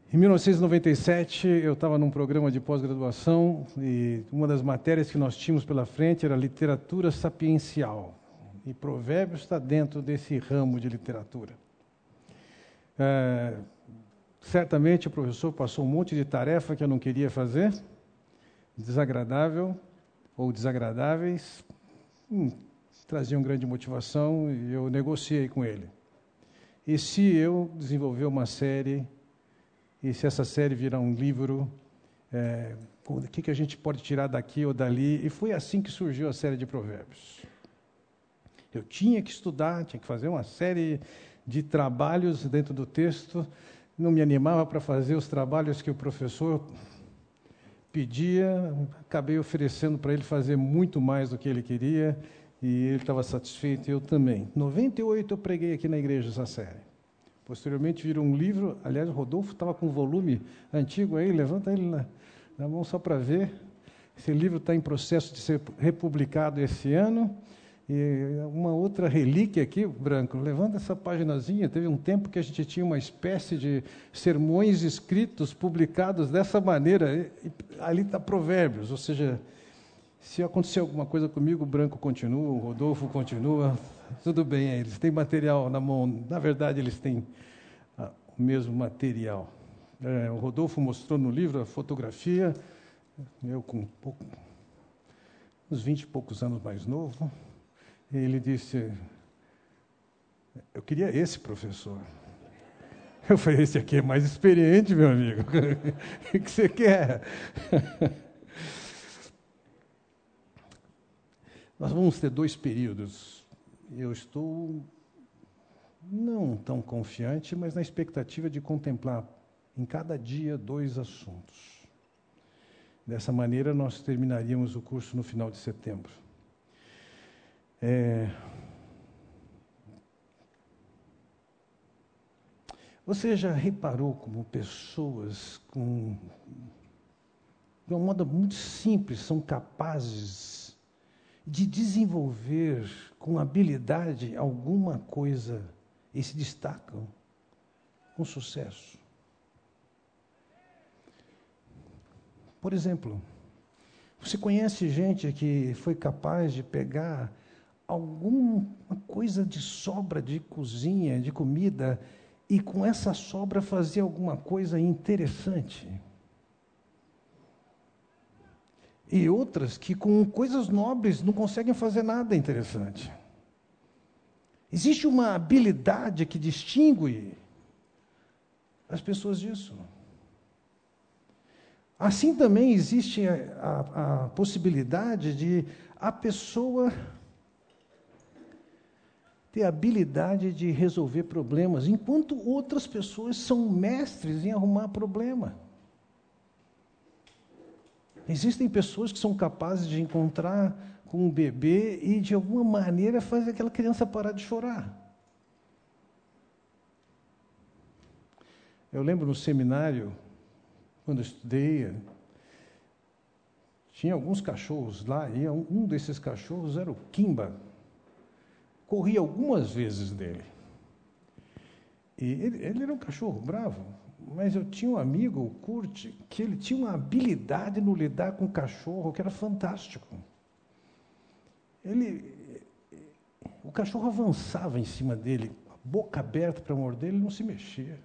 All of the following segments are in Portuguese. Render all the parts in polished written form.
Em 1997, eu estava num programa de pós-graduação e uma das matérias que nós tínhamos pela frente era literatura sapiencial. E Provérbios está dentro desse ramo de literatura. Certamente o professor passou um monte de tarefa que eu não queria fazer, desagradável ou desagradáveis, traziam grande motivação e eu negociei com ele. E se eu desenvolver uma série, e se essa série virar um livro, o que a gente pode tirar daqui ou dali? E foi assim que surgiu a série de Provérbios. Eu tinha que estudar, tinha que fazer uma série de trabalhos dentro do texto, não me animava para fazer os trabalhos que o professor pedia, acabei oferecendo para ele fazer muito mais do que ele queria, e ele estava satisfeito, e eu também. Em 98 eu preguei aqui na igreja essa série. Posteriormente virou um livro, aliás, o Rodolfo estava com um volume antigo aí, levanta ele na mão só para ver. Esse livro está em processo de ser republicado esse ano. E uma outra relíquia aqui, Branco, levanta essa paginazinha, teve um tempo que a gente tinha uma espécie de sermões escritos, publicados dessa maneira, e ali está Provérbios, ou seja, se acontecer alguma coisa comigo, o Branco continua, o Rodolfo continua, tudo bem, eles têm material na mão, na verdade eles têm o mesmo material. O Rodolfo mostrou no livro a fotografia, eu com uns 20 e poucos anos mais novo. Ele disse, eu queria esse professor. Eu falei, esse aqui é mais experiente, meu amigo. O que você quer? Nós vamos ter 2 períodos. Eu estou não tão confiante, mas na expectativa de contemplar em cada dia 2 assuntos. Dessa maneira, nós terminaríamos o curso no final de setembro. Você já reparou como pessoas de uma modo muito simples, são capazes de desenvolver com habilidade alguma coisa e se destacam com sucesso? Por exemplo, você conhece gente que foi capaz de pegar alguma coisa de sobra de cozinha, de comida, e com essa sobra fazer alguma coisa interessante? E outras que com coisas nobres não conseguem fazer nada interessante. Existe uma habilidade que distingue as pessoas disso. Assim também existe a possibilidade de a pessoa ter a habilidade de resolver problemas, enquanto outras pessoas são mestres em arrumar problema. Existem pessoas que são capazes de encontrar com um bebê e, de alguma maneira, fazer aquela criança parar de chorar. Eu lembro no seminário, quando eu estudei, tinha alguns cachorros lá, e um desses cachorros era o Kimba. Corri algumas vezes dele. E ele era um cachorro bravo, mas eu tinha um amigo, o Kurt, que ele tinha uma habilidade no lidar com o cachorro que era fantástico. O cachorro avançava em cima dele, a boca aberta para morder, ele não se mexia.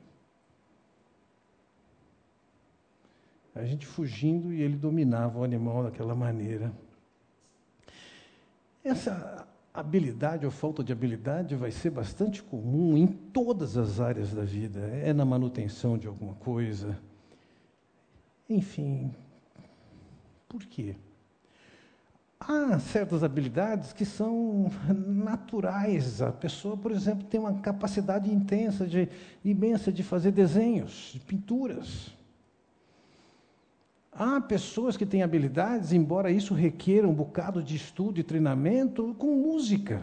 A gente fugindo e ele dominava o animal daquela maneira. Essa habilidade ou falta de habilidade vai ser bastante comum em todas as áreas da vida. É na manutenção de alguma coisa. Enfim, por quê? Há certas habilidades que são naturais. A pessoa, por exemplo, tem uma capacidade imensa de fazer desenhos, de pinturas. Há pessoas que têm habilidades, embora isso requeira um bocado de estudo e treinamento, com música.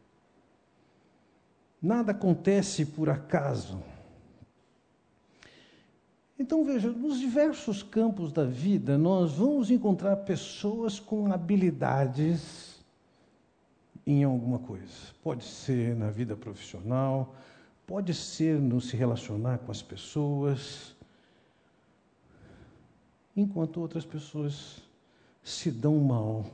Nada acontece por acaso. Então, veja, nos diversos campos da vida, nós vamos encontrar pessoas com habilidades em alguma coisa. Pode ser na vida profissional, pode ser no se relacionar com as pessoas. enquanto outras pessoas se dão mal.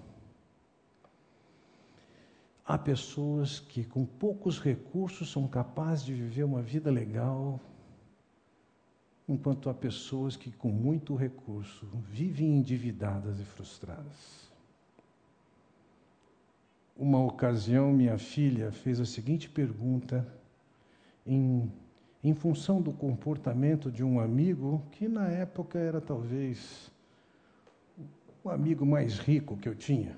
Há pessoas que com poucos recursos são capazes de viver uma vida legal, enquanto há pessoas que com muito recurso vivem endividadas e frustradas. Uma ocasião, minha filha fez a seguinte pergunta, em função do comportamento de um amigo, que na época era talvez o amigo mais rico que eu tinha.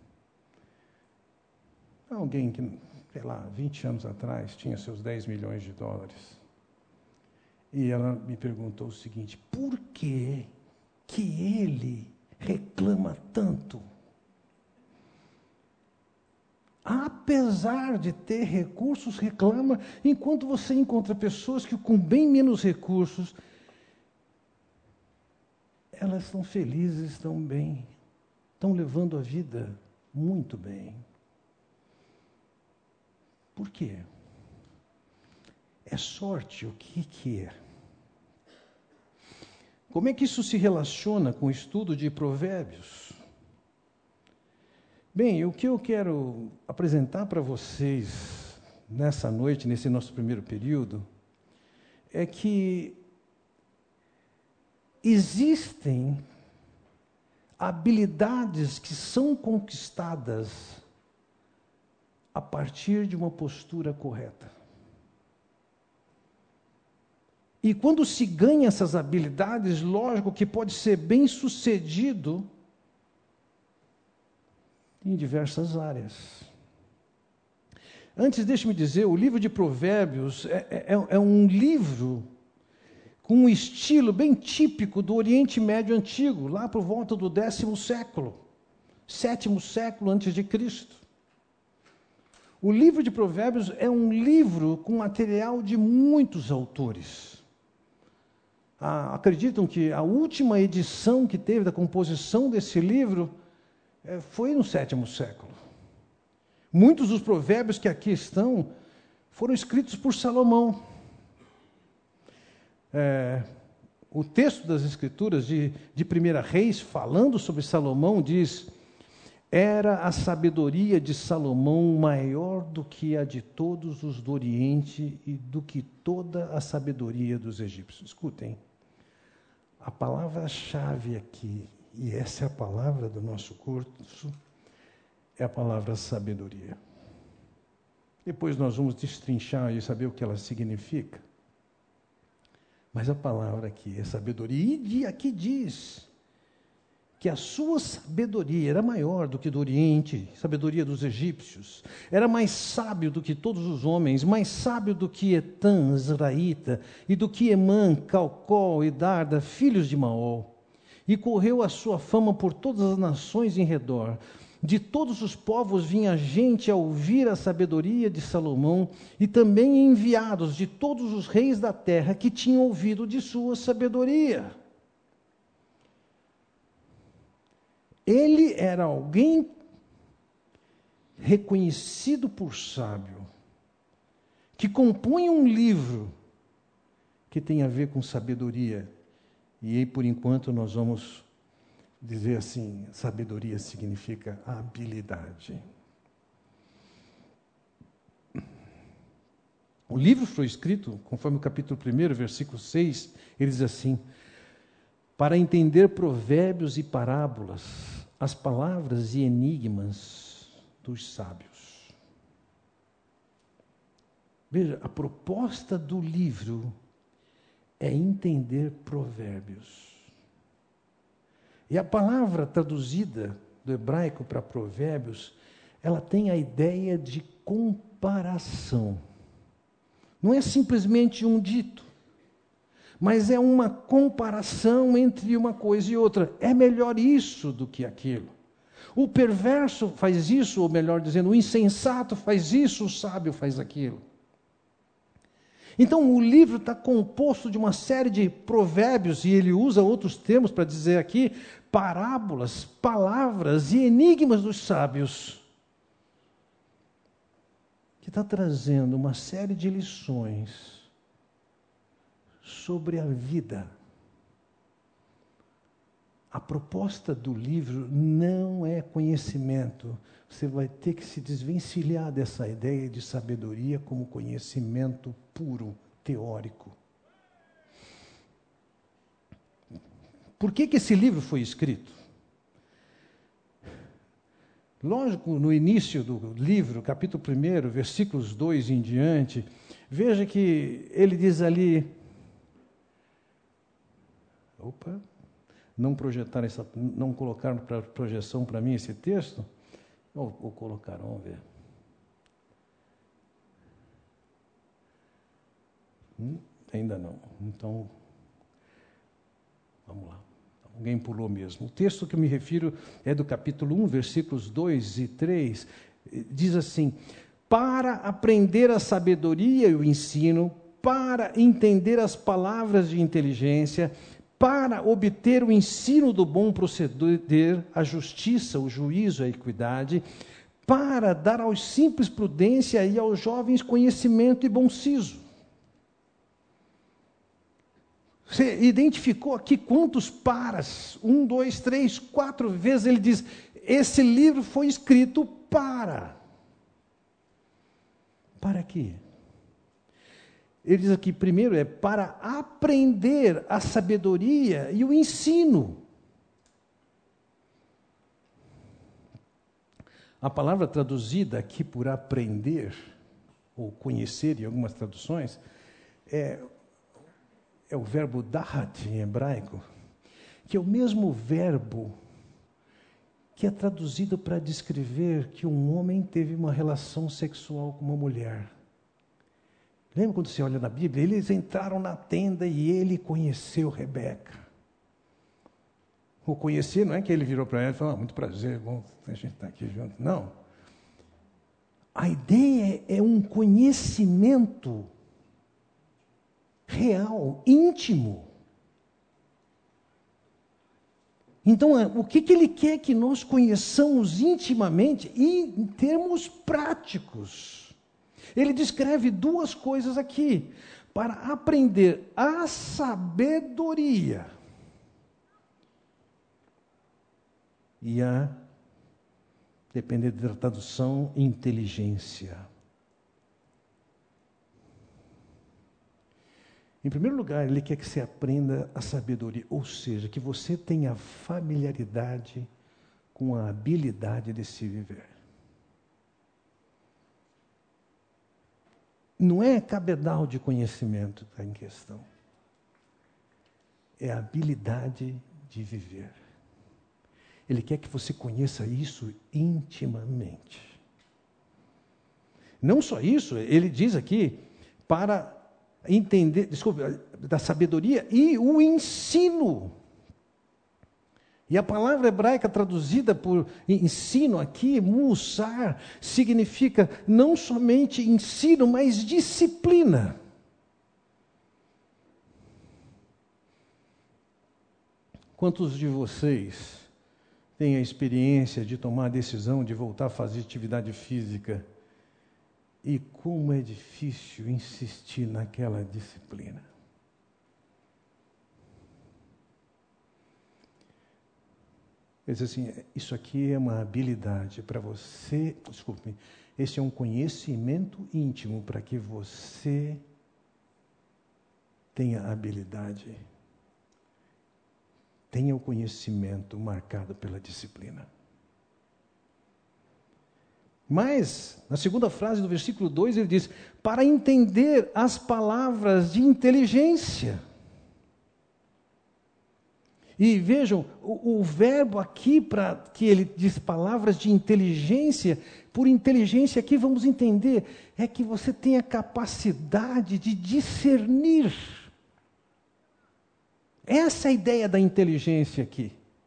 Alguém que, sei lá, 20 anos atrás, tinha seus 10 milhões de dólares. E ela me perguntou o seguinte: por que ele reclama tanto? Apesar de ter recursos, reclama, enquanto você encontra pessoas que com bem menos recursos, elas estão felizes, estão bem, estão levando a vida muito bem. Por quê? É sorte? O que é? Como é que isso se relaciona com o estudo de Provérbios? Bem, o que eu quero apresentar para vocês nessa noite, nesse nosso primeiro período, é que existem habilidades que são conquistadas a partir de uma postura correta. E quando se ganha essas habilidades, lógico que pode ser bem sucedido em diversas áreas. Antes, deixe-me dizer, o livro de Provérbios é um livro com um estilo bem típico do Oriente Médio Antigo, lá por volta do 10º século, 7º século antes de Cristo. O livro de Provérbios é um livro com material de muitos autores. Acreditam que a última edição que teve da composição desse livro foi no 7º século. Muitos dos provérbios que aqui estão foram escritos por Salomão. O texto das Escrituras de 1 Reis, falando sobre Salomão, diz: era a sabedoria de Salomão maior do que a de todos os do Oriente e do que toda a sabedoria dos egípcios. Escutem, a palavra-chave aqui, e essa é a palavra do nosso curso, é a palavra sabedoria. Depois nós vamos destrinchar e saber o que ela significa. Mas a palavra aqui é sabedoria. E aqui diz que a sua sabedoria era maior do que do Oriente, sabedoria dos egípcios. Era mais sábio do que todos os homens, mais sábio do que Etã, Israelita, e do que Emã, Calcol e Darda, filhos de Maol. E correu a sua fama por todas as nações em redor. De todos os povos vinha gente a ouvir a sabedoria de Salomão, e também enviados de todos os reis da terra que tinham ouvido de sua sabedoria. Ele era alguém reconhecido por sábio, que compunha um livro que tem a ver com sabedoria. E aí, por enquanto, nós vamos dizer assim: sabedoria significa habilidade. O livro foi escrito, conforme o capítulo 1, versículo 6, ele diz assim: para entender provérbios e parábolas, as palavras e enigmas dos sábios. Veja, a proposta do livro é entender provérbios. E a palavra traduzida do hebraico para provérbios, ela tem a ideia de comparação. Não é simplesmente um dito, mas é uma comparação entre uma coisa e outra. É melhor isso do que aquilo. O perverso faz isso, ou melhor dizendo, o insensato faz isso, o sábio faz aquilo. Então, o livro está composto de uma série de provérbios, e ele usa outros termos para dizer aqui, parábolas, palavras e enigmas dos sábios, que está trazendo uma série de lições sobre a vida. A proposta do livro não é conhecimento. Você vai ter que se desvencilhar dessa ideia de sabedoria como conhecimento puro, teórico. Por que esse livro foi escrito? Lógico, no início do livro, capítulo 1, versículos 2 em diante, veja que ele diz ali... não colocaram para projeção para mim esse texto? Ou colocaram, vamos ver. Ainda não. Então, vamos lá. Alguém pulou mesmo. O texto que eu me refiro é do capítulo 1, versículos 2 e 3. Diz assim: para aprender a sabedoria e o ensino, para entender as palavras de inteligência, para obter o ensino do bom proceder, a justiça, o juízo, a equidade, para dar aos simples prudência e aos jovens conhecimento e bom siso. Você identificou aqui quantos paras? 1, 2, 3, 4 vezes ele diz, esse livro foi escrito para. Para quê? Ele diz aqui, primeiro, é para aprender a sabedoria e o ensino. A palavra traduzida aqui por aprender, ou conhecer em algumas traduções, é o verbo dahat em hebraico, que é o mesmo verbo que é traduzido para descrever que um homem teve uma relação sexual com uma mulher. Lembra quando você olha na Bíblia? Eles entraram na tenda e ele conheceu Rebeca. O conhecer não é que ele virou para ela e falou, muito prazer, bom, a gente está aqui junto. Não. A ideia é um conhecimento real, íntimo. Então, o que ele quer que nós conheçamos intimamente e em termos práticos? Ele descreve duas coisas aqui. Para aprender a sabedoria e a, dependendo da tradução, inteligência. Em primeiro lugar, ele quer que você aprenda a sabedoria, ou seja, que você tenha familiaridade com a habilidade de se viver. Não é cabedal de conhecimento que está em questão. É a habilidade de viver. Ele quer que você conheça isso intimamente. Não só isso, ele diz aqui, para entender, da sabedoria e o ensino. E a palavra hebraica traduzida por ensino aqui, mussar, significa não somente ensino, mas disciplina. Quantos de vocês têm a experiência de tomar a decisão de voltar a fazer atividade física? E como é difícil insistir naquela disciplina. Ele diz assim, isso aqui é uma habilidade para você, desculpe-me, esse é um conhecimento íntimo para que você tenha habilidade, tenha o conhecimento marcado pela disciplina. Mas, na segunda frase do versículo 2, ele diz, para entender as palavras de inteligência. E vejam, o verbo aqui, para que ele diz palavras de inteligência, por inteligência aqui vamos entender, é que você tem a capacidade de discernir. Essa é a ideia da inteligência aqui.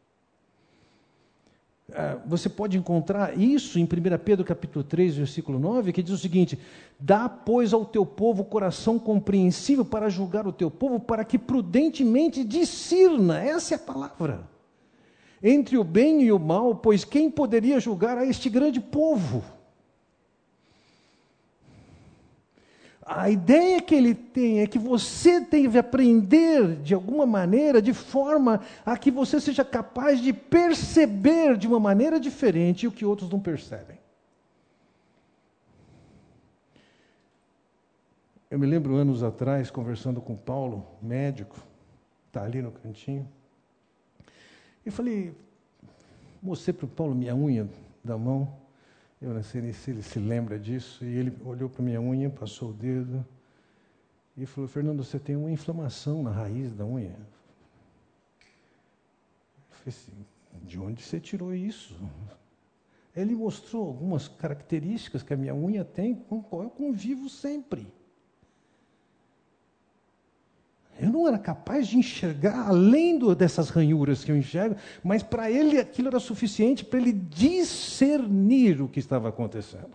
Você pode encontrar isso em 1 Pedro capítulo 3, versículo 9, que diz o seguinte, dá, pois, ao teu povo coração compreensível para julgar o teu povo, para que prudentemente discirna, essa é a palavra, entre o bem e o mal, pois quem poderia julgar a este grande povo? A ideia que ele tem é que você tem que aprender de alguma maneira, de forma a que você seja capaz de perceber de uma maneira diferente o que outros não percebem. Eu me lembro anos atrás, conversando com o Paulo, médico, está ali no cantinho. Eu falei, mostrei para o Paulo minha unha da mão. Eu não sei se ele se lembra disso. E ele olhou para minha unha, passou o dedo e falou, Fernando, você tem uma inflamação na raiz da unha. Eu falei assim, de onde você tirou isso? Ele mostrou algumas características que a minha unha tem, com qual eu convivo sempre. Eu não era capaz de enxergar além dessas ranhuras que eu enxergo, mas para ele aquilo era suficiente para ele discernir o que estava acontecendo.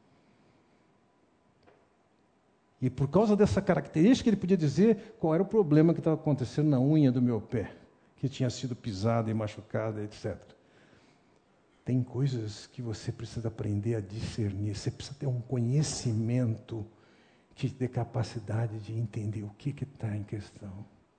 E por causa dessa característica, ele podia dizer qual era o problema que estava acontecendo na unha do meu pé, que tinha sido pisada e machucada, etc. Tem coisas que você precisa aprender a discernir, você precisa ter um conhecimento que te dê capacidade de entender o que está em questão.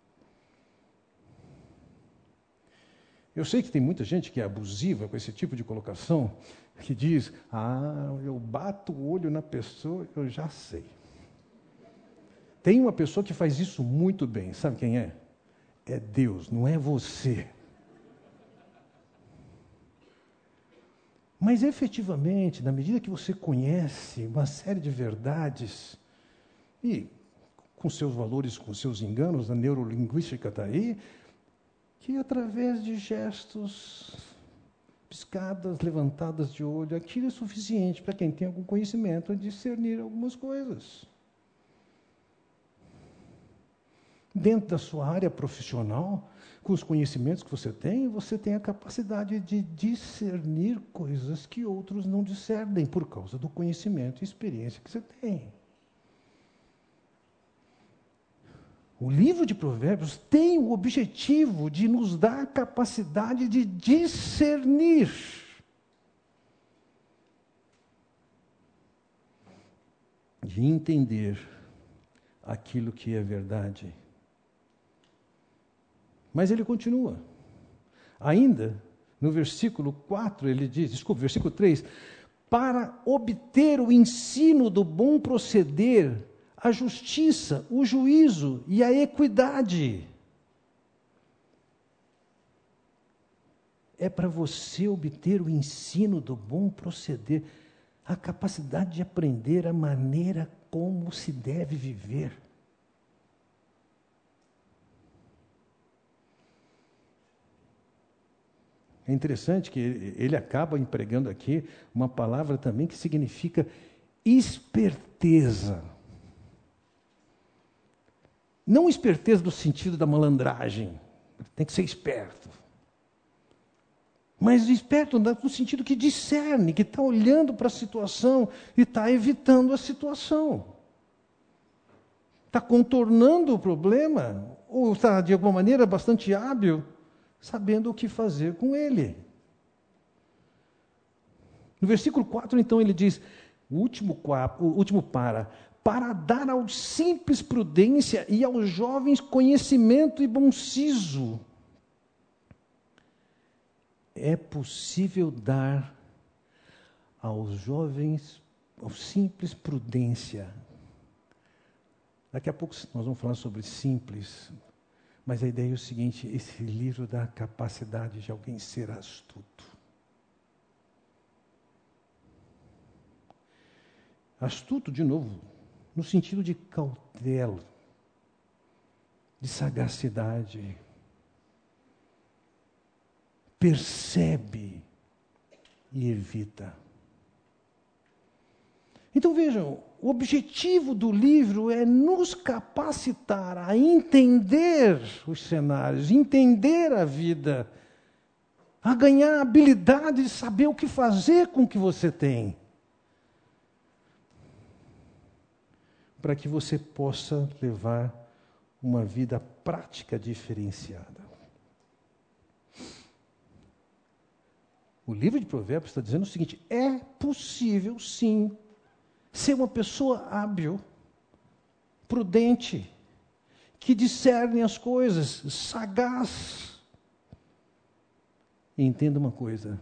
Eu sei que tem muita gente que é abusiva com esse tipo de colocação, que diz, eu bato o olho na pessoa, eu já sei. Tem uma pessoa que faz isso muito bem, sabe quem é? É Deus, não é você. Mas efetivamente, na medida que você conhece uma série de verdades, e com seus valores, com seus enganos, a neurolinguística está aí, que através de gestos, piscadas, levantadas de olho, aquilo é suficiente para quem tem algum conhecimento a discernir algumas coisas. Dentro da sua área profissional, com os conhecimentos que você tem a capacidade de discernir coisas que outros não discernem por causa do conhecimento e experiência que você tem. O livro de Provérbios tem o objetivo de nos dar a capacidade de discernir. De entender aquilo que é verdade. Mas ele continua. Ainda, no versículo 4, ele diz, versículo 3, para obter o ensino do bom proceder, a justiça, o juízo e a equidade. É para você obter o ensino do bom proceder, a capacidade de aprender a maneira como se deve viver. É interessante que ele acaba empregando aqui uma palavra também que significa esperteza. Não esperteza no sentido da malandragem, tem que ser esperto. Mas esperto no sentido que discerne, que está olhando para a situação e está evitando a situação. Está contornando o problema, ou está, de alguma maneira, bastante hábil, sabendo o que fazer com ele. No versículo 4, então, ele diz, o último para dar aos simples prudência e aos jovens conhecimento e bom siso. É possível dar aos jovens, aos simples prudência. Daqui a pouco nós vamos falar sobre simples, mas a ideia é o seguinte, esse livro dá a capacidade de alguém ser astuto. Astuto, de novo, no sentido de cautela, de sagacidade. Percebe e evita. Então vejam, o objetivo do livro é nos capacitar a entender os cenários, entender a vida, a ganhar a habilidade de saber o que fazer com o que você tem. Para que você possa levar uma vida prática diferenciada. O livro de Provérbios está dizendo o seguinte, é possível, sim, ser uma pessoa hábil, prudente, que discerne as coisas, sagaz. E entenda uma coisa,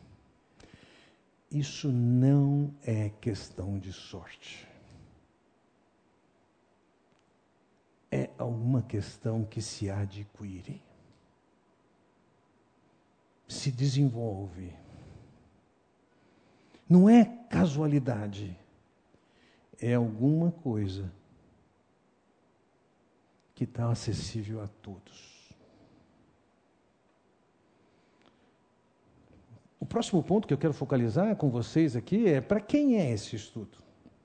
isso não é questão de sorte. É uma questão que se adquire, se desenvolve. Não é casualidade, é alguma coisa que está acessível a todos. O próximo ponto que eu quero focalizar com vocês aqui é para quem é esse estudo.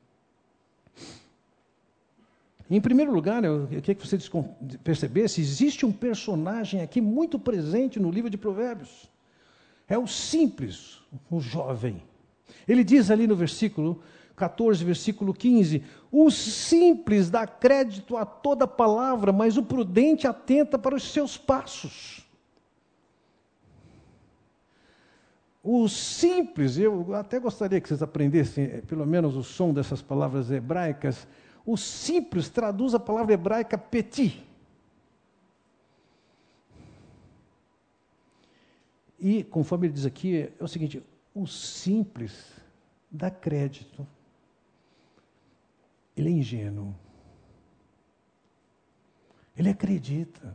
Em primeiro lugar, eu queria que você percebesse, existe um personagem aqui muito presente no livro de Provérbios. É o simples, o jovem. Ele diz ali no versículo 14, versículo 15, o simples dá crédito a toda palavra, mas o prudente atenta para os seus passos. O simples, eu até gostaria que vocês aprendessem pelo menos o som dessas palavras hebraicas. O simples traduz a palavra hebraica petit. E, conforme ele diz aqui, é o seguinte, o simples dá crédito. Ele é ingênuo. Ele acredita.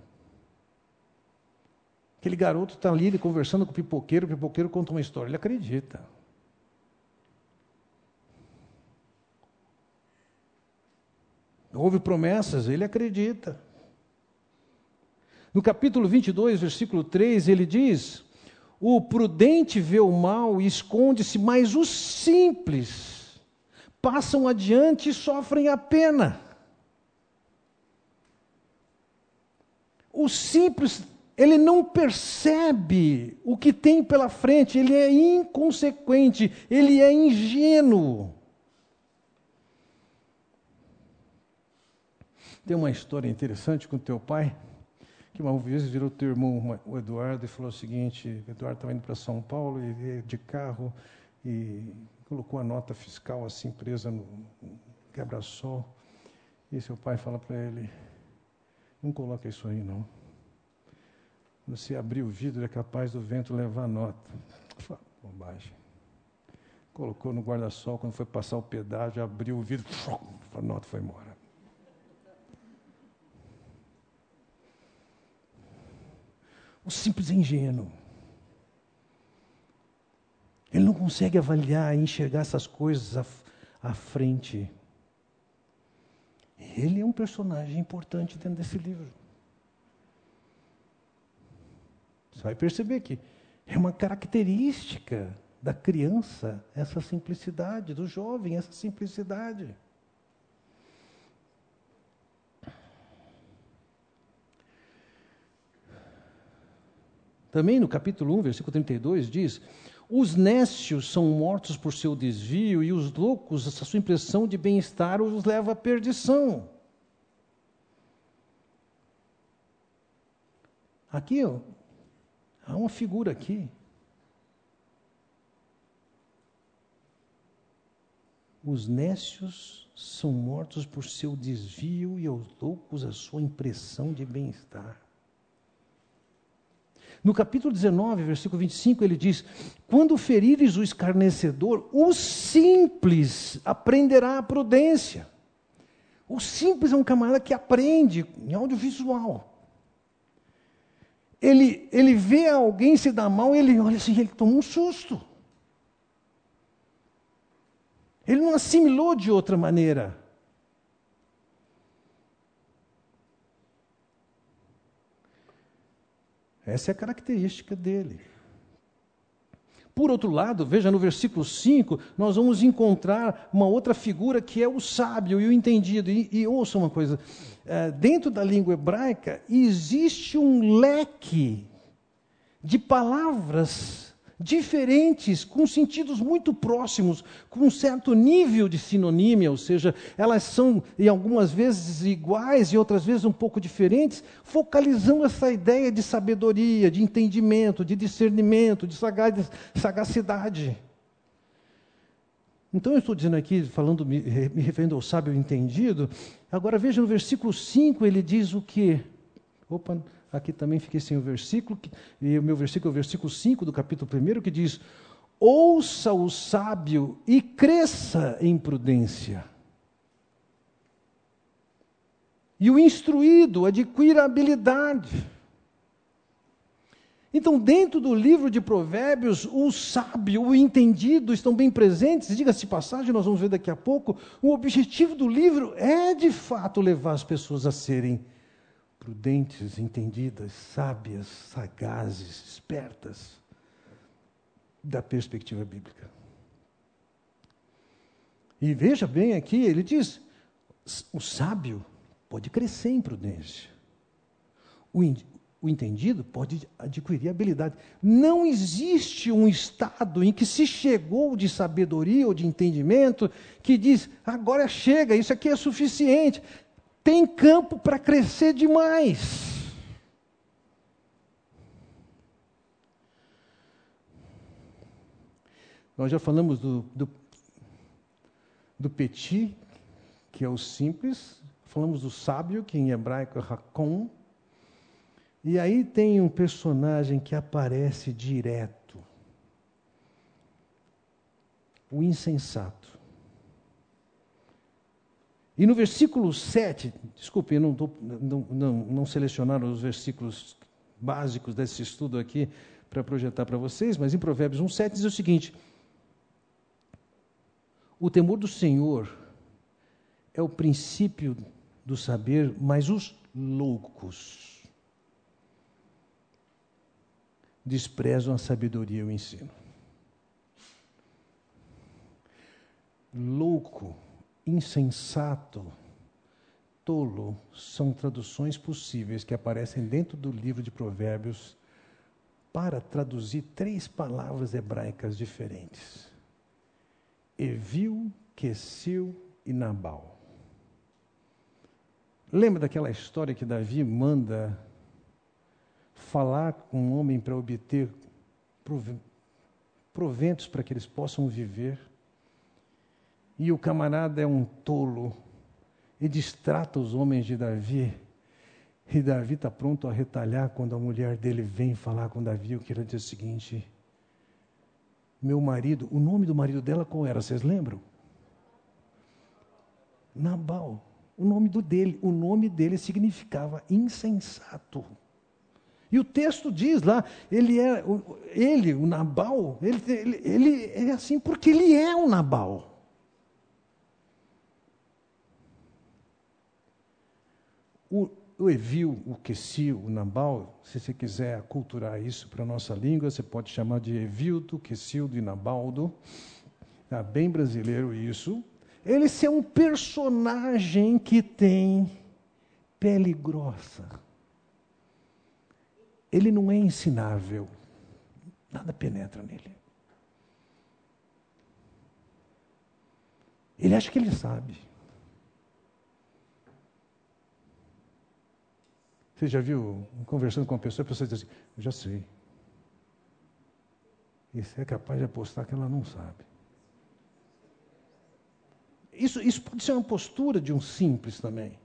Aquele garoto está ali conversando com o pipoqueiro conta uma história, ele acredita. Houve promessas, ele acredita. No capítulo 22, versículo 3, ele diz, o prudente vê o mal e esconde-se, mas os simples passam adiante e sofrem a pena. O simples, ele não percebe o que tem pela frente, ele é inconsequente, ele é ingênuo. Tem uma história interessante com teu pai, que uma vez virou teu irmão, o Eduardo, e falou o seguinte, o Eduardo estava indo para São Paulo, e veio de carro, e colocou a nota fiscal assim, presa no quebra-sol, e seu pai fala para ele, não coloca isso aí não. Você abrir o vidro, é capaz do vento levar a nota. Fala, bobagem. Colocou no guarda-sol, quando foi passar o pedágio, abriu o vidro, a nota foi embora. O simples é ingênuo. Ele não consegue avaliar e enxergar essas coisas à frente. Ele é um personagem importante dentro desse livro. Você vai perceber que é uma característica da criança, essa simplicidade, do jovem, essa simplicidade. Também no capítulo 1, versículo 32, diz, os nécios são mortos por seu desvio e os loucos, essa sua impressão de bem-estar, os leva à perdição. Aqui, ó, há uma figura aqui. Os nécios são mortos por seu desvio e os loucos a sua impressão de bem-estar. No capítulo 19, versículo 25, ele diz, quando ferires o escarnecedor, o simples aprenderá a prudência. O simples é um camarada que aprende em audiovisual. Ele vê alguém se dar mal, ele olha assim, ele toma um susto. Ele não assimilou de outra maneira. Essa é a característica dele. Por outro lado, veja no versículo 5, nós vamos encontrar uma outra figura que é o sábio e o entendido. E ouça uma coisa, dentro da língua hebraica existe um leque de palavras diferentes, com sentidos muito próximos, com um certo nível de sinonímia, ou seja, elas são, e algumas vezes iguais e outras vezes um pouco diferentes, focalizando essa ideia de sabedoria, de entendimento, de discernimento, de sagacidade. Então, eu estou dizendo aqui, me referindo ao sábio entendido. Agora, veja no versículo 5, ele diz o quê? Opa, aqui também fiquei sem o versículo, e o meu versículo é o versículo 5 do capítulo 1, que diz: ouça o sábio e cresça em prudência. E o instruído adquira habilidade. Então, dentro do livro de Provérbios, o sábio, o entendido estão bem presentes. Diga-se de passagem, nós vamos ver daqui a pouco. O objetivo do livro é, de fato, levar as pessoas a serem prudentes, entendidas, sábias, sagazes, espertas, da perspectiva bíblica. E veja bem aqui, ele diz, o sábio pode crescer em prudência. O entendido pode adquirir habilidade. Não existe um estado em que se chegou de sabedoria ou de entendimento que diz, agora chega, isso aqui é suficiente. Tem campo para crescer demais. Nós já falamos do petit, que é o simples. Falamos do sábio, que em hebraico é Hakon. E aí tem um personagem que aparece direto. O insensato. E no versículo 7, desculpe, eu não selecionaram os versículos básicos desse estudo aqui para projetar para vocês, mas em Provérbios 1,7 diz o seguinte: o temor do Senhor é o princípio do saber, mas os loucos desprezam a sabedoria e o ensino. Louco, insensato, tolo, são traduções possíveis que aparecem dentro do livro de Provérbios para traduzir 3 palavras hebraicas diferentes: Evil, Quesil e Nabal. Lembra daquela história que Davi manda falar com um homem para obter proventos para que eles possam viver? E o camarada é um tolo e distrata os homens de Davi. E Davi está pronto a retalhar quando a mulher dele vem falar com Davi. Eu quero dizer o seguinte: meu marido, o nome do marido dela qual era? Vocês lembram? Nabal. O nome dele significava insensato. E o texto diz lá, o Nabal, ele é assim porque ele é um Nabal. O Evil, o Quesil, o Nabal, se você quiser aculturar isso para a nossa língua, você pode chamar de Evildo, Quesildo e Nabaldo. Está bem brasileiro isso. Ele é um personagem que tem pele grossa. Ele não é ensinável. Nada penetra nele. Ele acha que ele sabe. Você já viu, conversando com uma pessoa, a pessoa diz assim: eu já sei. E você é capaz de apostar que ela não sabe. Isso pode ser uma postura de um simples também.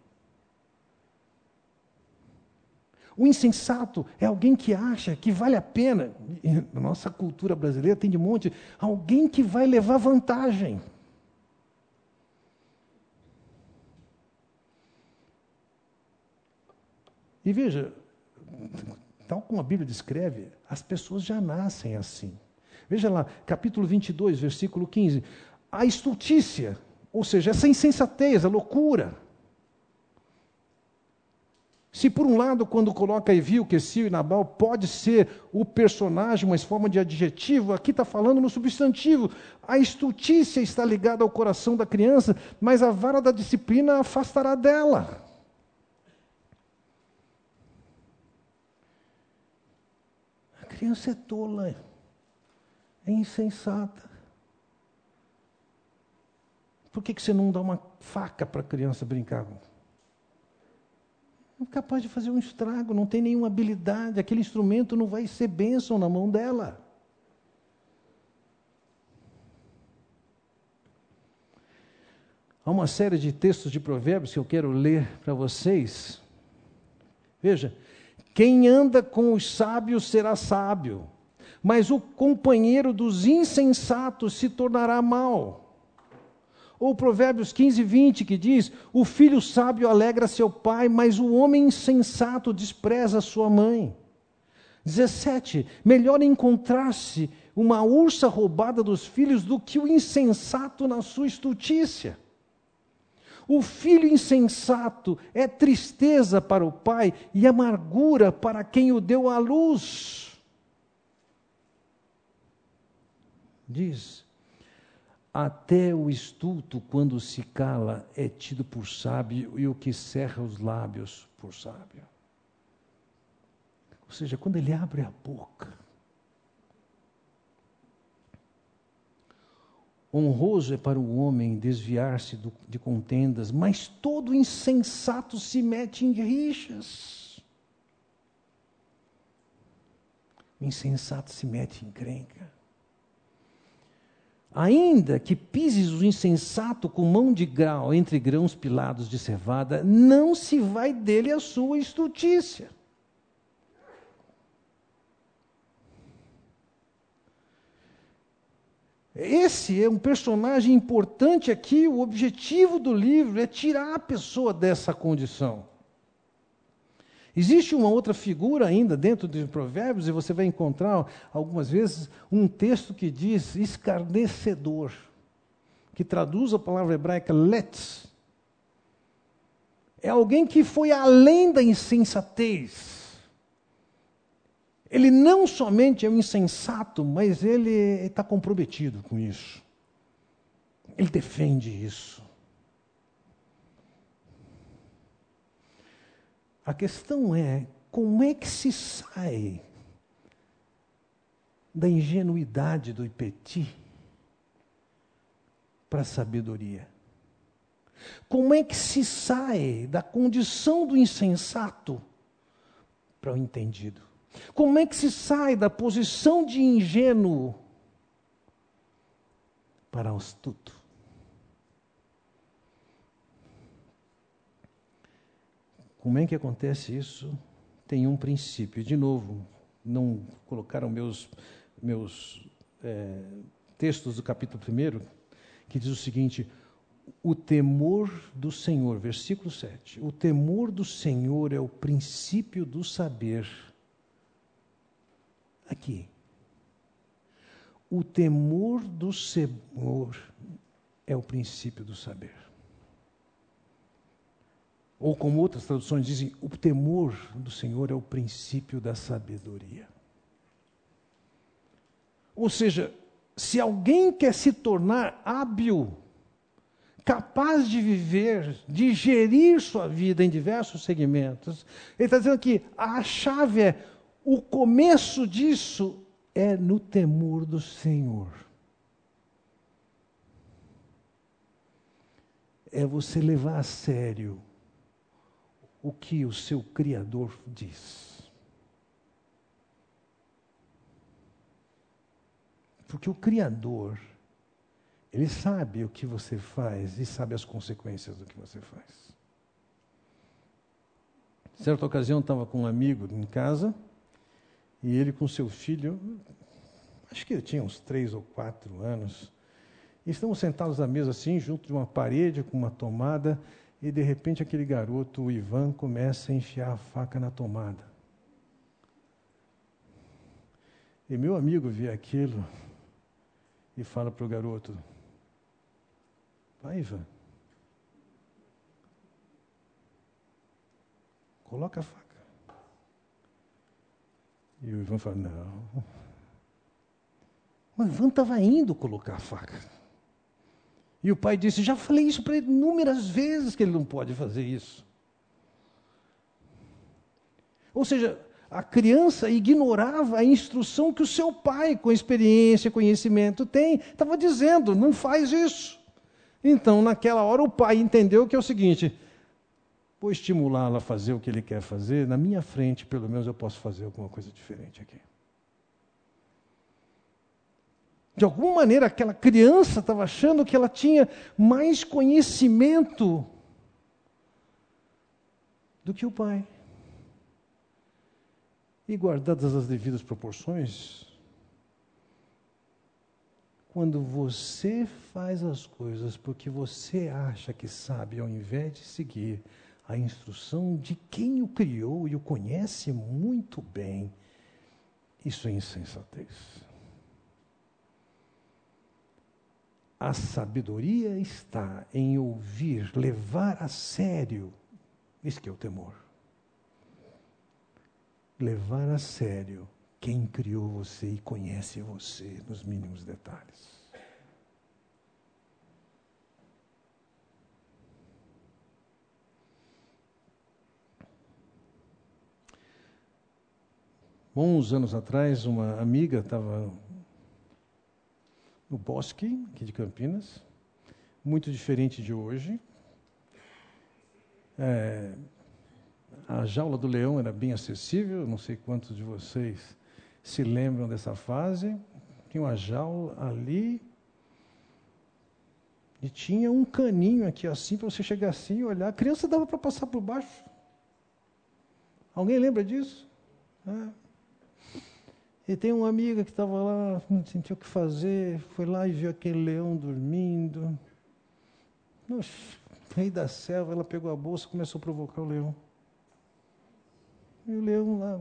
O insensato é alguém que acha que vale a pena, na nossa cultura brasileira tem de monte, alguém que vai levar vantagem. E veja, tal como a Bíblia descreve, as pessoas já nascem assim. Veja lá, capítulo 22, versículo 15. A estultícia, ou seja, essa insensatez, a loucura. Se por um lado, quando coloca Evil, Quesil e Nabal, pode ser o personagem, mas forma de adjetivo, aqui está falando no substantivo. A estultícia está ligada ao coração da criança, mas a vara da disciplina a afastará dela. A criança é tola, é insensata. Por que você não dá uma faca para a criança brincar? Não é capaz de fazer um estrago, não tem nenhuma habilidade, aquele instrumento não vai ser bênção na mão dela. Há uma série de textos de provérbios que eu quero ler para vocês. Veja, quem anda com os sábios será sábio, mas o companheiro dos insensatos se tornará mau. Ou Provérbios 15, 20, que diz, o filho sábio alegra seu pai, mas o homem insensato despreza sua mãe. 17, melhor encontrar-se uma ursa roubada dos filhos do que o insensato na sua estultícia. O filho insensato é tristeza para o pai e amargura para quem o deu à luz. Diz, até o estulto, quando se cala, é tido por sábio, e o que cerra os lábios por sábio. Ou seja, quando ele abre a boca, honroso é para o homem desviar-se de contendas, mas todo insensato se mete em rixas. O insensato se mete em encrenca. Ainda que pises o insensato com mão de grau entre grãos pilados de cevada, não se vai dele a sua estultícia. Esse é um personagem importante aqui. O objetivo do livro é tirar a pessoa dessa condição. Existe uma outra figura ainda dentro dos provérbios, e você vai encontrar algumas vezes um texto que diz escarnecedor, que traduz a palavra hebraica letz. É alguém que foi além da insensatez. Ele não somente é um insensato, mas ele está comprometido com isso. Ele defende isso. A questão é, como é que se sai da ingenuidade do Ipeti para a sabedoria? Como é que se sai da condição do insensato para o entendido? Como é que se sai da posição de ingênuo para o astuto? Como é que acontece isso? Tem um princípio. De novo, não colocaram meus textos do capítulo 1, que diz o seguinte, o temor do Senhor, versículo 7, o temor do Senhor é o princípio do saber. Aqui. O temor do Senhor é o princípio do saber. Ou como outras traduções dizem, o temor do Senhor é o princípio da sabedoria. Ou seja, se alguém quer se tornar hábil, capaz de viver, de gerir sua vida em diversos segmentos, ele está dizendo que a chave é, o começo disso é no temor do Senhor. É você levar a sério o que o seu Criador diz. Porque o Criador, Ele sabe o que você faz e sabe as consequências do que você faz. Certa ocasião, estava com um amigo em casa, e ele com seu filho, acho que ele tinha uns 3 ou 4 anos, e estamos sentados à mesa assim, junto de uma parede, com uma tomada, e de repente aquele garoto, o Ivan, começa a enfiar a faca na tomada. E meu amigo vê aquilo e fala para o garoto, vai, Ivan, coloca a faca. E o Ivan fala, não. Mas o Ivan estava indo colocar a faca. E o pai disse, já falei isso para ele inúmeras vezes, que ele não pode fazer isso. Ou seja, a criança ignorava a instrução que o seu pai, com experiência, conhecimento, tem, estava dizendo, não faz isso. Então, naquela hora, o pai entendeu que é o seguinte, vou estimulá-lo a fazer o que ele quer fazer, na minha frente, pelo menos, eu posso fazer alguma coisa diferente aqui. De alguma maneira, aquela criança estava achando que ela tinha mais conhecimento do que o pai. E guardadas as devidas proporções, quando você faz as coisas porque você acha que sabe, ao invés de seguir a instrução de quem o criou e o conhece muito bem, isso é insensatez. A sabedoria está em ouvir, levar a sério, isso que é o temor. Levar a sério quem criou você e conhece você nos mínimos detalhes. Uns anos atrás, uma amiga estava no bosque, aqui de Campinas, muito diferente de hoje. A jaula do leão era bem acessível, não sei quantos de vocês se lembram dessa fase. Tinha uma jaula ali e tinha um caninho aqui assim, para você chegar assim e olhar. A criança dava para passar por baixo. Alguém lembra disso? E tem uma amiga que estava lá, não sentiu o que fazer, foi lá e viu aquele leão dormindo. No meio da selva, ela pegou a bolsa e começou a provocar o leão. E o leão lá.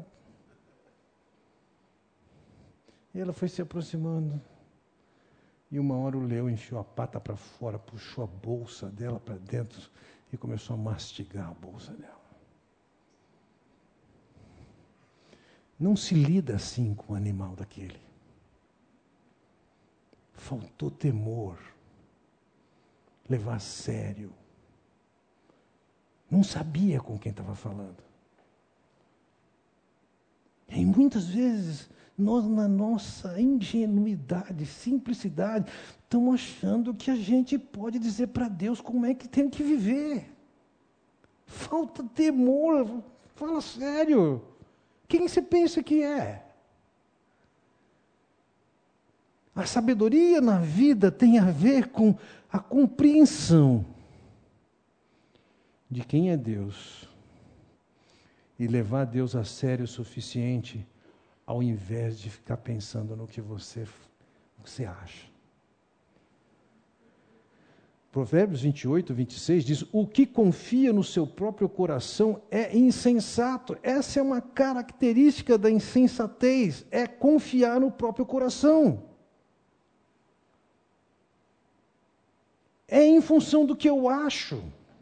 E ela foi se aproximando. E uma hora o leão enfiou a pata para fora, puxou a bolsa dela para dentro e começou a mastigar a bolsa dela. Não se lida assim com um animal daquele. Faltou temor, levar a sério. Não sabia com quem estava falando. E muitas vezes, nós na nossa ingenuidade, simplicidade, estamos achando que a gente pode dizer para Deus como é que tem que viver. Falta temor, fala sério. Quem você pensa que é? A sabedoria na vida tem a ver com a compreensão de quem é Deus e levar Deus a sério o suficiente, ao invés de ficar pensando no que você acha. Provérbios 28, 26 diz: o que confia no seu próprio coração é insensato. Essa é uma característica da insensatez, é confiar no próprio coração. É em função do que eu acho.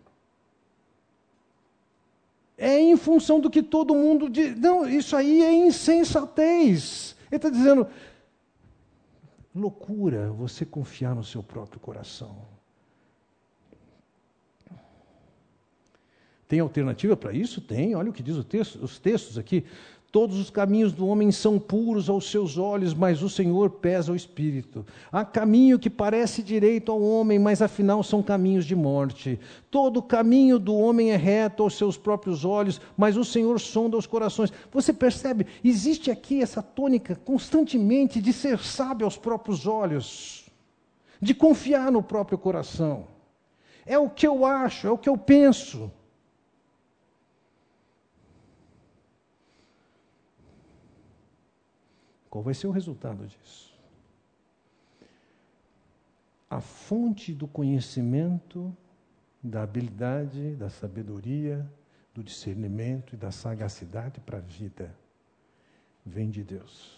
É em função do que todo mundo diz. Não, isso aí é insensatez. Ele está dizendo, loucura você confiar no seu próprio coração. Tem alternativa para isso? Tem. Olha o que diz os textos aqui. Todos os caminhos do homem são puros aos seus olhos, mas o Senhor pesa o espírito. Há caminho que parece direito ao homem, mas afinal são caminhos de morte. Todo caminho do homem é reto aos seus próprios olhos, mas o Senhor sonda os corações. Você percebe? Existe aqui essa tônica constantemente de ser sábio aos próprios olhos, de confiar no próprio coração. É o que eu acho, é o que eu penso. Qual vai ser o resultado disso? A fonte do conhecimento, da habilidade, da sabedoria, do discernimento e da sagacidade para a vida vem de Deus.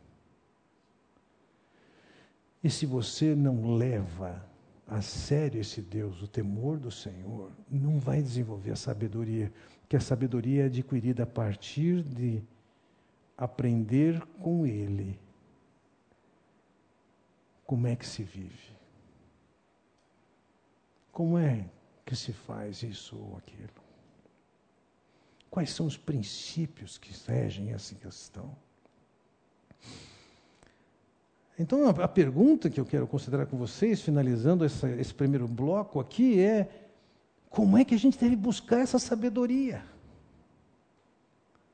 E se você não leva a sério esse Deus, o temor do Senhor, não vai desenvolver a sabedoria, porque a sabedoria é adquirida a partir de aprender com Ele como é que se vive. Como é que se faz isso ou aquilo? Quais são os princípios que regem essa questão? Então, a pergunta que eu quero considerar com vocês, finalizando esse primeiro bloco aqui, é: como é que a gente deve buscar essa sabedoria?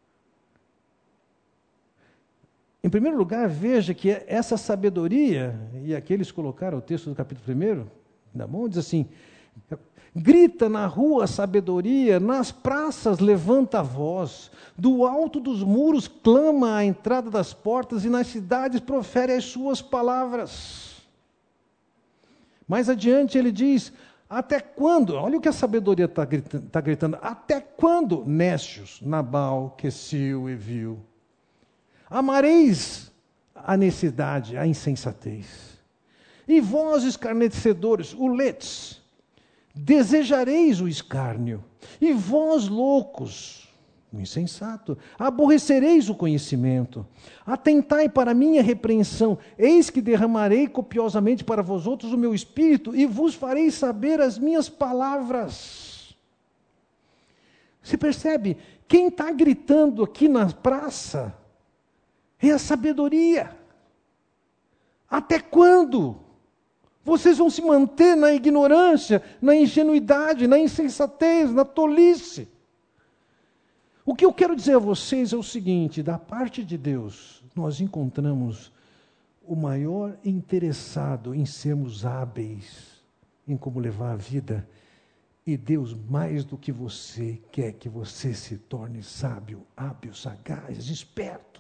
Em primeiro lugar, veja que essa sabedoria, e aqui eles colocaram o texto do capítulo 1, da mão, diz assim: grita na rua a sabedoria, nas praças levanta a voz, do alto dos muros clama à entrada das portas, e nas cidades profere as suas palavras. Mais adiante ele diz: até quando? Olha o que a sabedoria está gritando. Até quando, nécios, Nabal, Quesil e Viu? Amareis a necessidade, a insensatez. E vós, escarnecedores, uletes, desejareis o escárnio. E vós, loucos, o insensato, aborrecereis o conhecimento. Atentai para a minha repreensão. Eis que derramarei copiosamente para vós outros o meu espírito e vos farei saber as minhas palavras. Você percebe? Quem está gritando aqui na praça é a sabedoria. Até quando? Vocês vão se manter na ignorância, na ingenuidade, na insensatez, na tolice. O que eu quero dizer a vocês é o seguinte: da parte de Deus, nós encontramos o maior interessado em sermos hábeis em como levar a vida, e Deus, mais do que você, quer que você se torne sábio, hábil, sagaz, esperto.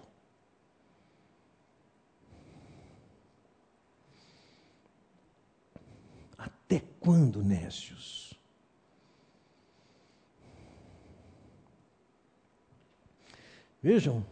Até quando, nécios? Vejam,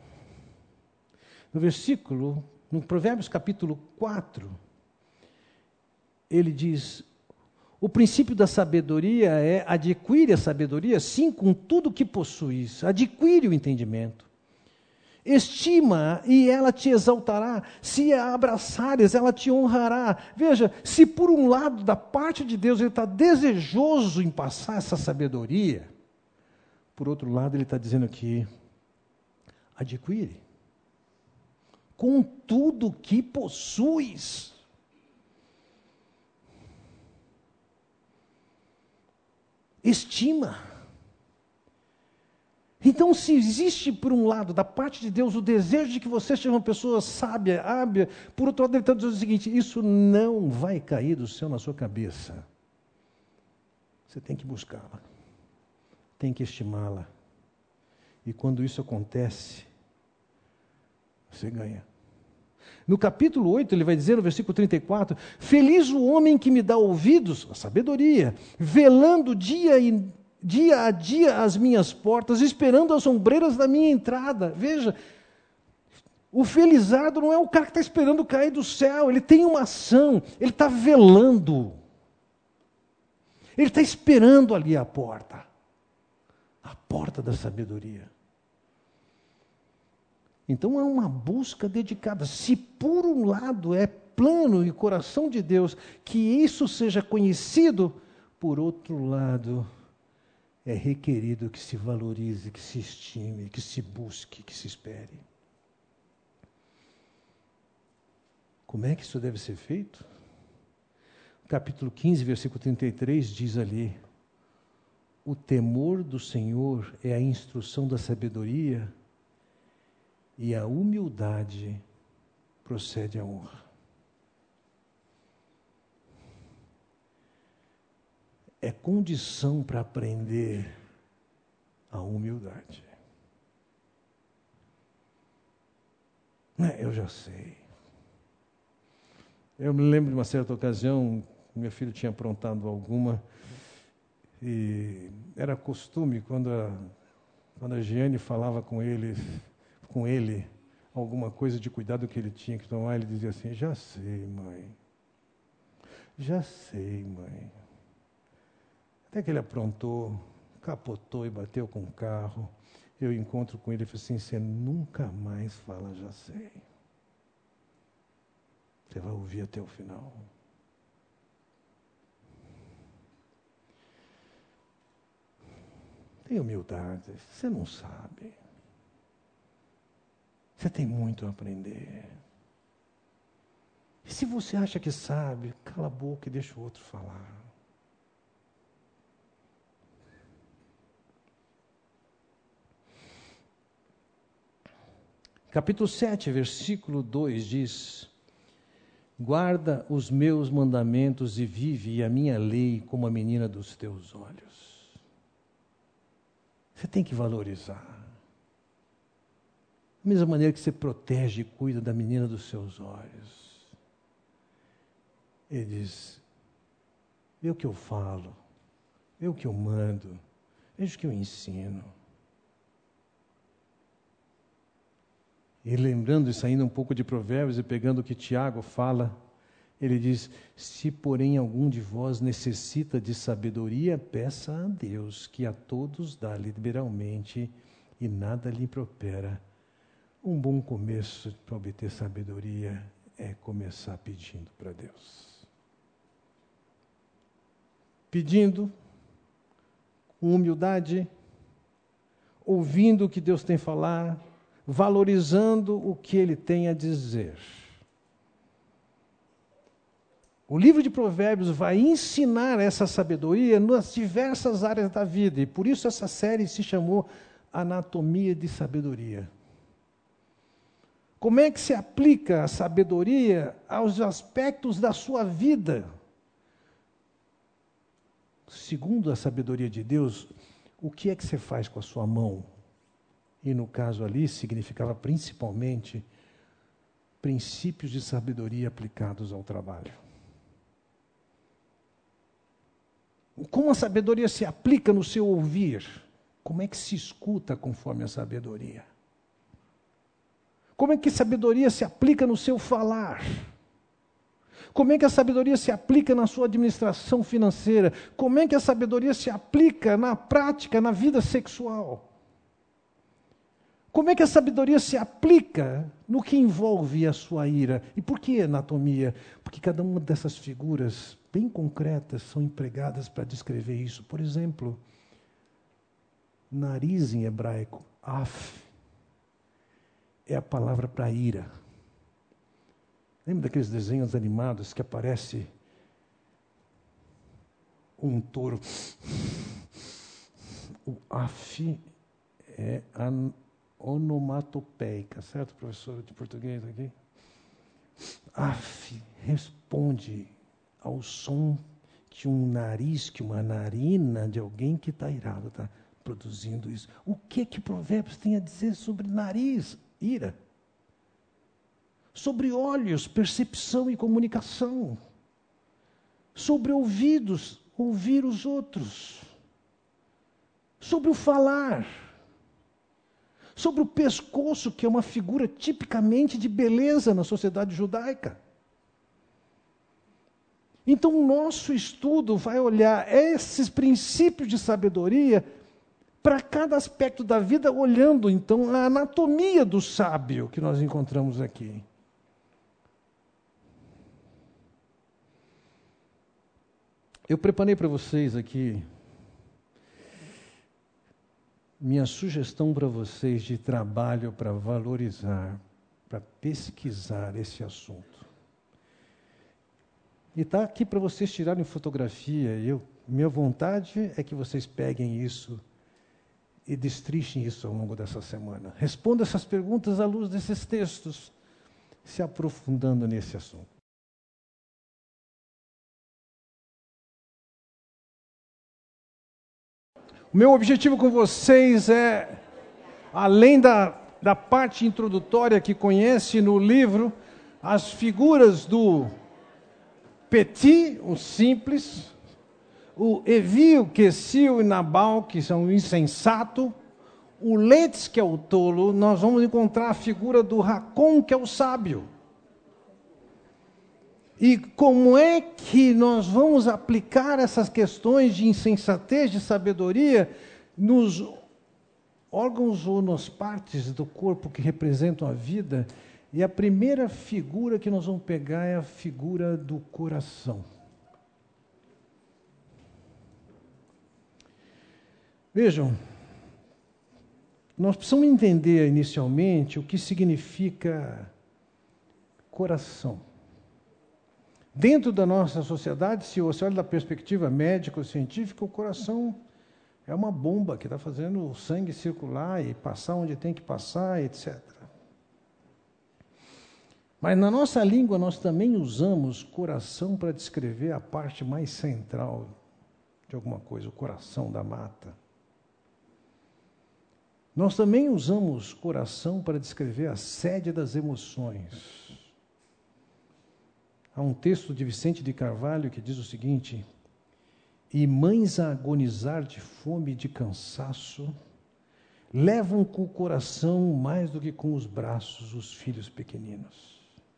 no Provérbios capítulo 4, ele diz: o princípio da sabedoria é: adquire a sabedoria, sim, com tudo que possuis, adquire o entendimento. Estima e ela te exaltará, se a abraçares, ela te honrará. Veja, se por um lado, da parte de Deus, ele está desejoso em passar essa sabedoria, por outro lado, ele está dizendo aqui: adquire, com tudo que possuis. Estima. Então, se existe, por um lado, da parte de Deus, o desejo de que você seja uma pessoa sábia, hábil, por outro lado, ele está dizendo o seguinte: isso não vai cair do céu na sua cabeça. Você tem que buscá-la, tem que estimá-la. E quando isso acontece, você ganha. No capítulo 8, ele vai dizer, no versículo 34, feliz o homem que me dá ouvidos, a sabedoria, velando dia a dia as minhas portas, esperando as ombreiras da minha entrada. Veja, o felizardo não é o cara que está esperando cair do céu, ele tem uma ação, ele está velando. Ele está esperando ali a porta da sabedoria. Então é uma busca dedicada. Se por um lado é plano e coração de Deus que isso seja conhecido, por outro lado é requerido que se valorize, que se estime, que se busque, que se espere. Como é que isso deve ser feito? Capítulo 15, versículo 33 diz ali: o temor do Senhor é a instrução da sabedoria, e a humildade procede à honra. É condição para aprender a humildade. Eu já sei. Eu me lembro de uma certa ocasião, meu filho tinha aprontado alguma, e era costume, quando a Giane falava com ele alguma coisa de cuidado que ele tinha que tomar, ele dizia assim: já sei, mãe. Já sei, mãe. Até que ele aprontou, capotou e bateu com o carro. Eu encontro com ele e falei assim: você nunca mais fala já sei. Você vai ouvir até o final. Tenha humildade, você não sabe. Você tem muito a aprender. E se você acha que sabe, cala a boca e deixa o outro falar. Capítulo 7, versículo 2 diz: Guarda os meus mandamentos e vive a minha lei como a menina dos teus olhos. Você tem que valorizar. Da mesma maneira que você protege e cuida da menina dos seus olhos. Ele diz, vê o que eu falo, vê o que eu mando, veja o que eu ensino. E lembrando isso ainda um pouco de Provérbios e pegando o que Tiago fala, ele diz, se porém algum de vós necessita de sabedoria, peça a Deus, que a todos dá liberalmente e nada lhe impropera. Um bom começo para obter sabedoria é começar pedindo para Deus. Pedindo, com humildade, ouvindo o que Deus tem a falar, valorizando o que Ele tem a dizer. O livro de Provérbios vai ensinar essa sabedoria nas diversas áreas da vida, e por isso essa série se chamou Anatomia de Sabedoria. Como é que se aplica a sabedoria aos aspectos da sua vida? Segundo a sabedoria de Deus, o que é que você faz com a sua mão? E no caso ali significava principalmente princípios de sabedoria aplicados ao trabalho. Como a sabedoria se aplica no seu ouvir? Como é que se escuta conforme a sabedoria? Como é que a sabedoria se aplica no seu falar? Como é que a sabedoria se aplica na sua administração financeira? Como é que a sabedoria se aplica na prática, na vida sexual? Como é que a sabedoria se aplica no que envolve a sua ira? E por que anatomia? Porque cada uma dessas figuras bem concretas são empregadas para descrever isso. Por exemplo, nariz em hebraico, af, é a palavra para ira. Lembra daqueles desenhos animados que aparece um touro? O af é a onomatopeica, certo, professora de português aqui? Af responde ao som que um nariz, que uma narina de alguém que está irado está produzindo isso. O que Provérbios tem a dizer sobre nariz? Ira. Sobre olhos, percepção e comunicação. Sobre ouvidos, ouvir os outros. Sobre o falar. Sobre o pescoço, que é uma figura tipicamente de beleza na sociedade judaica. Então, o nosso estudo vai olhar esses princípios de sabedoria para cada aspecto da vida, olhando, então, a anatomia do sábio que nós encontramos aqui. Eu preparei para vocês aqui minha sugestão para vocês de trabalho para valorizar, para pesquisar esse assunto. E está aqui para vocês tirarem fotografia. Minha vontade é que vocês peguem isso e destrichem isso ao longo dessa semana. Responda essas perguntas à luz desses textos, se aprofundando nesse assunto. O meu objetivo com vocês é, além da parte introdutória que conhece no livro, as figuras do Petit, o simples, o Evi, o Quesil e Nabal, que são o insensato, o Letz, que é o tolo, nós vamos encontrar a figura do Racon, que é o sábio. E como é que nós vamos aplicar essas questões de insensatez, de sabedoria, nos órgãos ou nas partes do corpo que representam a vida? E a primeira figura que nós vamos pegar é a figura do coração. Vejam, nós precisamos entender inicialmente o que significa coração. Dentro da nossa sociedade, se você olha da perspectiva médico-científica, o coração é uma bomba que está fazendo o sangue circular e passar onde tem que passar, etc. Mas na nossa língua nós também usamos coração para descrever a parte mais central de alguma coisa, o coração da mata. Nós também usamos coração para descrever a sede das emoções. Há um texto de Vicente de Carvalho que diz o seguinte: e mães a agonizar de fome e de cansaço, levam com o coração mais do que com os braços os filhos pequeninos.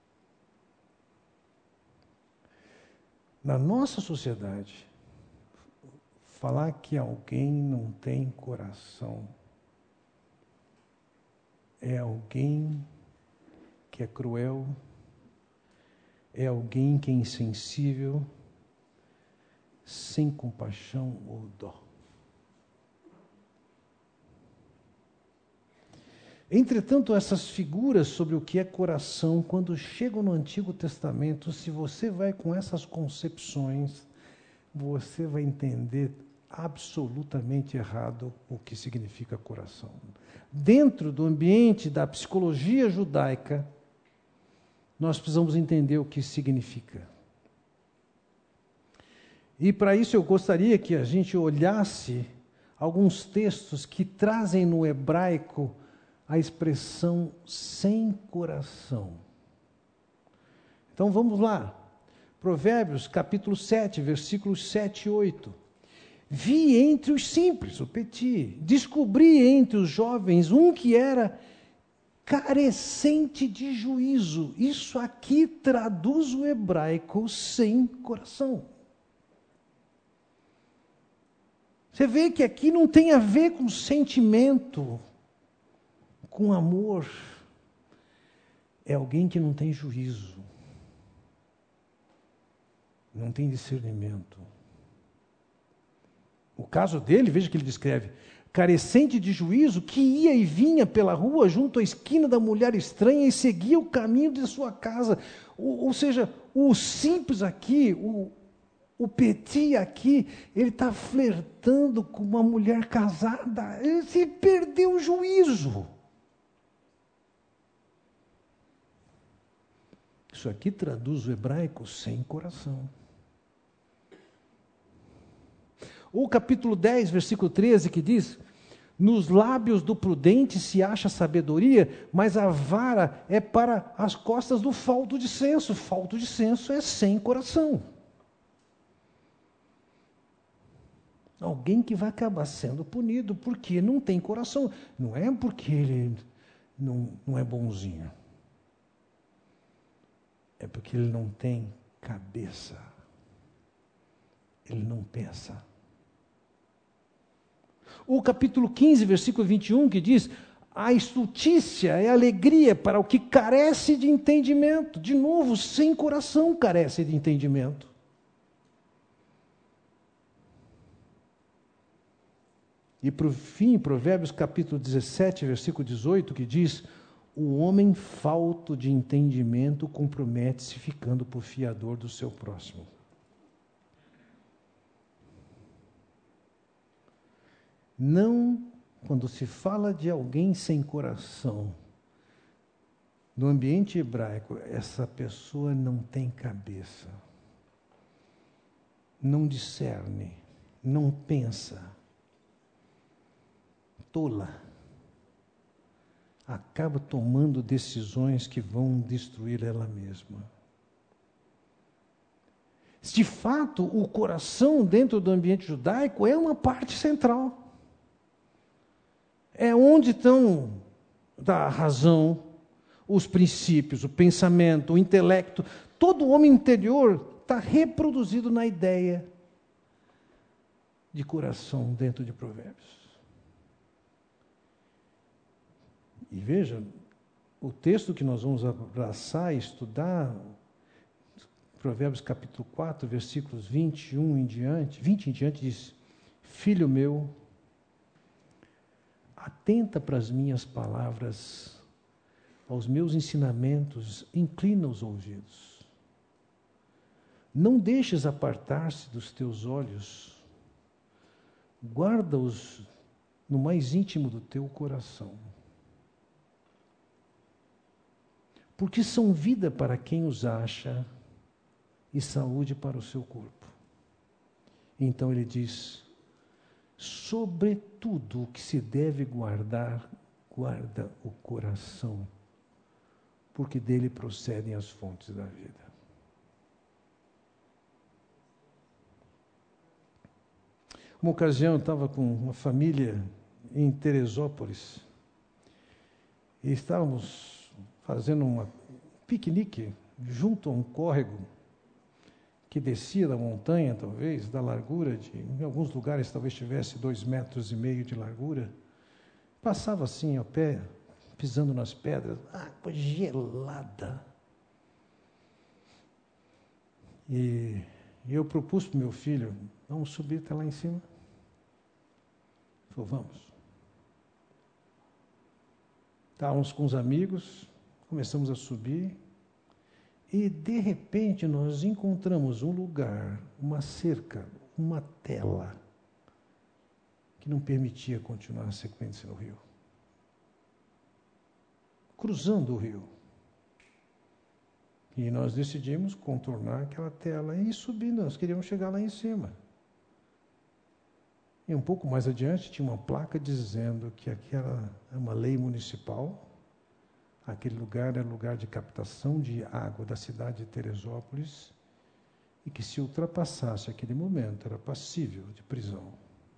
Na nossa sociedade, falar que alguém não tem coração é alguém que é cruel, é alguém que é insensível, sem compaixão ou dó. Entretanto, essas figuras sobre o que é coração, quando chegam no Antigo Testamento, se você vai com essas concepções, você vai entender absolutamente errado o que significa coração. Dentro do ambiente da psicologia judaica, nós precisamos entender o que significa. E para isso eu gostaria que a gente olhasse alguns textos que trazem no hebraico a expressão sem coração. Então vamos lá. Provérbios capítulo 7, versículos 7 e 8. Vi entre os simples, o petit, descobri entre os jovens um que era carecente de juízo. Isso aqui traduz o hebraico sem coração. Você vê que aqui não tem a ver com sentimento, com amor. É alguém que não tem juízo, não tem discernimento. O caso dele, veja que ele descreve: carecente de juízo, que ia e vinha pela rua junto à esquina da mulher estranha e seguia o caminho de sua casa. Ou seja, o simples aqui, o petit aqui, ele está flertando com uma mulher casada. Ele se perdeu o juízo. Isso aqui traduz o hebraico sem coração. O capítulo 10, versículo 13, que diz: nos lábios do prudente se acha sabedoria, mas a vara é para as costas do falto de senso. Falto de senso é sem coração. Alguém que vai acabar sendo punido porque não tem coração. Não é porque ele não é bonzinho. É porque ele não tem cabeça. Ele não pensa. O capítulo 15, versículo 21, que diz: a estultícia é alegria para o que carece de entendimento. De novo, sem coração carece de entendimento. E por fim, Provérbios capítulo 17, versículo 18, que diz: o homem falto de entendimento compromete-se ficando por fiador do seu próximo. Não, quando se fala de alguém sem coração, no ambiente hebraico, essa pessoa não tem cabeça, não discerne, não pensa, tola, acaba tomando decisões que vão destruir ela mesma. De fato, o coração dentro do ambiente judaico é uma parte central. É onde estão a razão, os princípios, o pensamento, o intelecto. Todo o homem interior está reproduzido na ideia de coração dentro de Provérbios. E veja, o texto que nós vamos abraçar e estudar, Provérbios capítulo 4, versículos 20 em diante, diz: filho meu, atenta para as minhas palavras, aos meus ensinamentos, inclina os ouvidos. Não deixes apartar-se dos teus olhos, guarda-os no mais íntimo do teu coração. porque são vida para quem os acha e saúde para o seu corpo. Então ele diz, sobretudo o que se deve guardar, guarda o coração, porque dele procedem as fontes da vida. Uma ocasião eu estava com uma família em Teresópolis e estávamos fazendo um piquenique junto a um córrego que descia da montanha, talvez, da largura de, em alguns lugares talvez tivesse 2,5 metros de largura. Passava assim a pé, pisando nas pedras, água gelada. E eu propus para o meu filho, vamos subir até lá em cima? Ele falou, vamos. Estávamos com os amigos, começamos a subir, e de repente nós encontramos um lugar, uma cerca, uma tela, que não permitia continuar a sequência no rio. Cruzando o rio. E nós decidimos contornar aquela tela e subir, nós queríamos chegar lá em cima. E um pouco mais adiante tinha uma placa dizendo que aquela é uma lei municipal, aquele lugar era lugar de captação de água da cidade de Teresópolis, e que se ultrapassasse aquele momento era passível de prisão.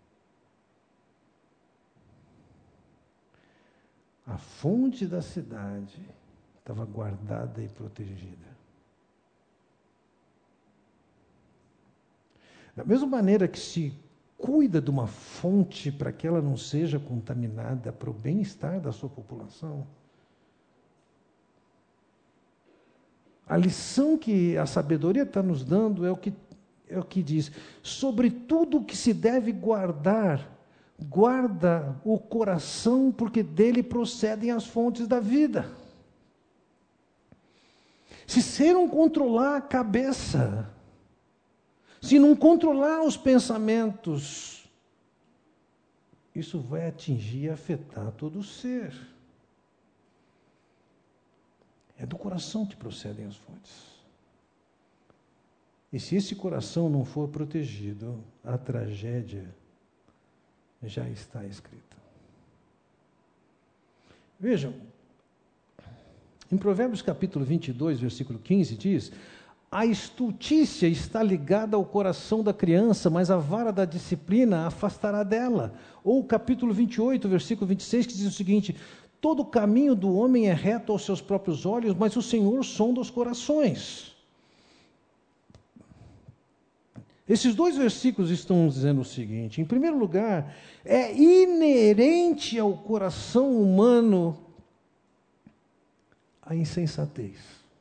A fonte da cidade estava guardada e protegida. Da mesma maneira que se cuida de uma fonte para que ela não seja contaminada para o bem-estar da sua população, a lição que a sabedoria está nos dando é o que diz, sobre tudo o que se deve guardar, guarda o coração, porque dele procedem as fontes da vida. Se você não controlar a cabeça, se não controlar os pensamentos, isso vai atingir e afetar todo o ser. É do coração que procedem as fontes. E se esse coração não for protegido, a tragédia já está escrita. Vejam, em Provérbios capítulo 22, versículo 15, diz, a estultícia está ligada ao coração da criança, mas a vara da disciplina a afastará dela. Ou capítulo 28, versículo 26, que diz o seguinte, todo caminho do homem é reto aos seus próprios olhos, mas o Senhor sonda os corações. Esses dois versículos estão dizendo o seguinte, em primeiro lugar, é inerente ao coração humano a insensatez.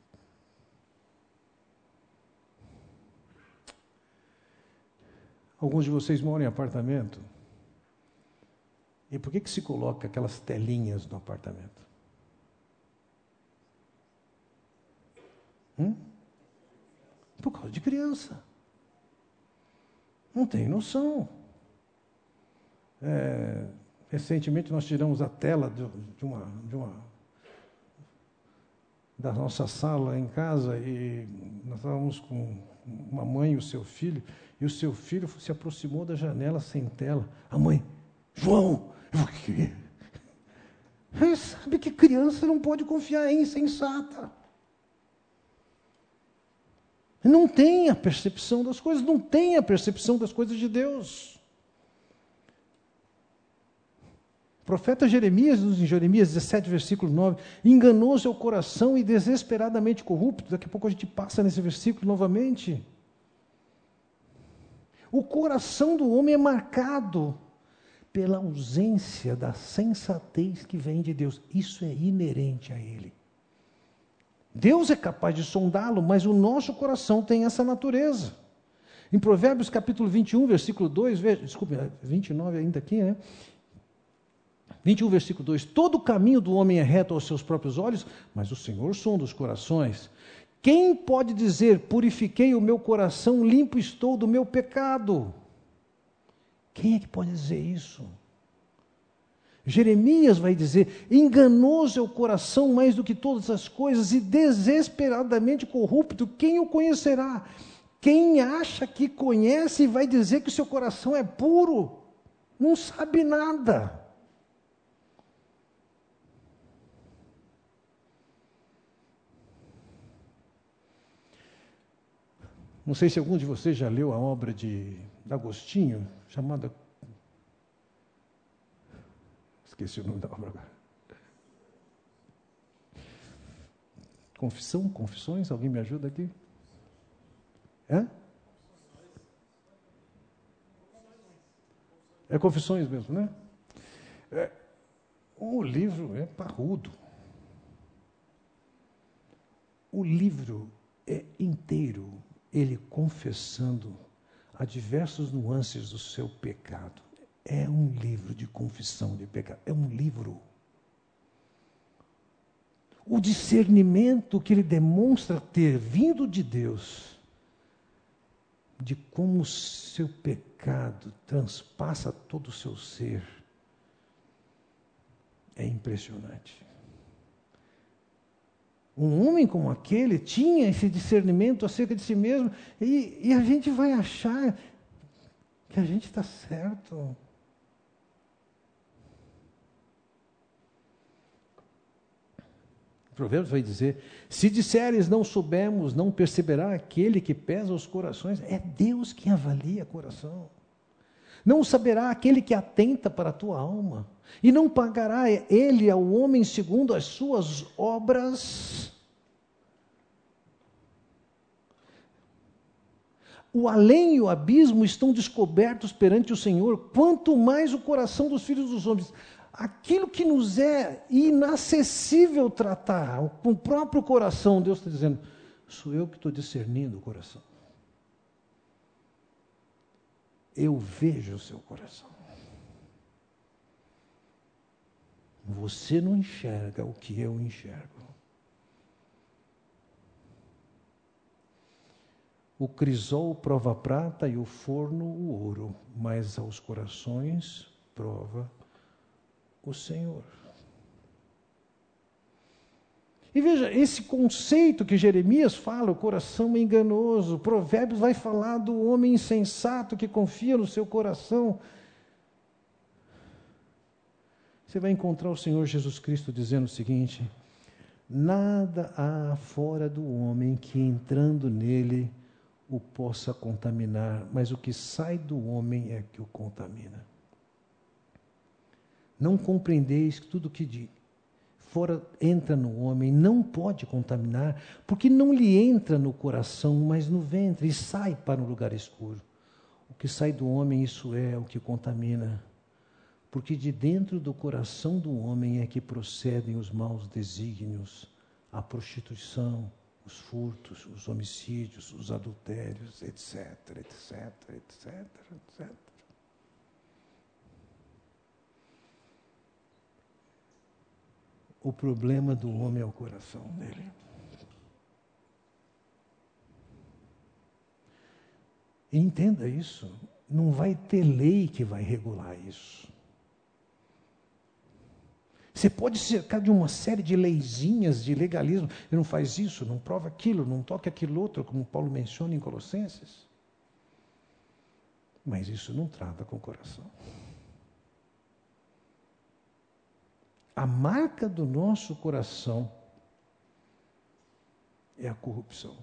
Alguns de vocês moram em apartamento. E por que se coloca aquelas telinhas no apartamento? Por causa de criança. Não tem noção. Recentemente nós tiramos a tela da nossa sala em casa e nós estávamos com uma mãe e o seu filho, e o seu filho se aproximou da janela sem tela. A mãe, João, o quê? Ele sabe que criança não pode confiar em insensata. Não tem a percepção das coisas, não tem a percepção das coisas de Deus. O profeta Jeremias, em Jeremias 17, versículo 9, enganou seu coração e desesperadamente corrupto. Daqui a pouco a gente passa nesse versículo novamente. O coração do homem é marcado pela ausência da sensatez que vem de Deus. Isso é inerente a ele. Deus é capaz de sondá-lo, mas o nosso coração tem essa natureza. Em Provérbios capítulo 21, versículo 2, desculpe, 29 ainda aqui, né? 21, versículo 2, todo caminho do homem é reto aos seus próprios olhos, mas o Senhor sonda os corações. Quem pode dizer, purifiquei o meu coração, limpo estou do meu pecado? Quem é que pode dizer isso? Jeremias vai dizer: enganoso é o coração mais do que todas as coisas e desesperadamente corrupto, quem o conhecerá? Quem acha que conhece vai dizer que o seu coração é puro, não sabe nada. Não sei se algum de vocês já leu a obra de Agostinho, chamada... Esqueci o nome da obra agora. Confissões? Alguém me ajuda aqui? É? É Confissões mesmo, né? O livro é parrudo. O livro é inteiro, ele confessando a diversas nuances do seu pecado. É um livro de confissão de pecado. É um livro. O discernimento que ele demonstra ter vindo de Deus, de como o seu pecado transpassa todo o seu ser, é impressionante. Um homem como aquele tinha esse discernimento acerca de si mesmo, e a gente vai achar que a gente está certo. Provérbios vai dizer: se disseres não soubemos, não perceberá aquele que pesa os corações. É Deus quem avalia o coração. Não saberá aquele que atenta para a tua alma. E não pagará ele ao homem segundo as suas obras. O além e o abismo estão descobertos perante o Senhor, quanto mais o coração dos filhos dos homens. Aquilo que nos é inacessível tratar, com o próprio coração, Deus está dizendo: sou eu que estou discernindo o coração. Eu vejo o seu coração. Você não enxerga o que eu enxergo. O crisol prova a prata e o forno o ouro, mas aos corações prova o Senhor. E veja, esse conceito que Jeremias fala, o coração é enganoso. Provérbios vai falar do homem insensato que confia no seu coração. Você vai encontrar o Senhor Jesus Cristo dizendo o seguinte: nada há fora do homem que entrando nele o possa contaminar, mas o que sai do homem é que o contamina. Não compreendeis que tudo que fora entra no homem não pode contaminar, porque não lhe entra no coração, mas no ventre, e sai para um lugar escuro. O que sai do homem, isso é o que contamina, porque de dentro do coração do homem é que procedem os maus desígnios, a prostituição, os furtos, os homicídios, os adultérios, etc, etc, etc, etc. O problema do homem é o coração dele. Entenda isso. Não vai ter lei que vai regular isso. Você pode cercar de uma série de leizinhas de legalismo. Ele não faz isso, não prova aquilo, não toca aquilo outro, como Paulo menciona em Colossenses. Mas isso não trata com o coração. A marca do nosso coração é a corrupção.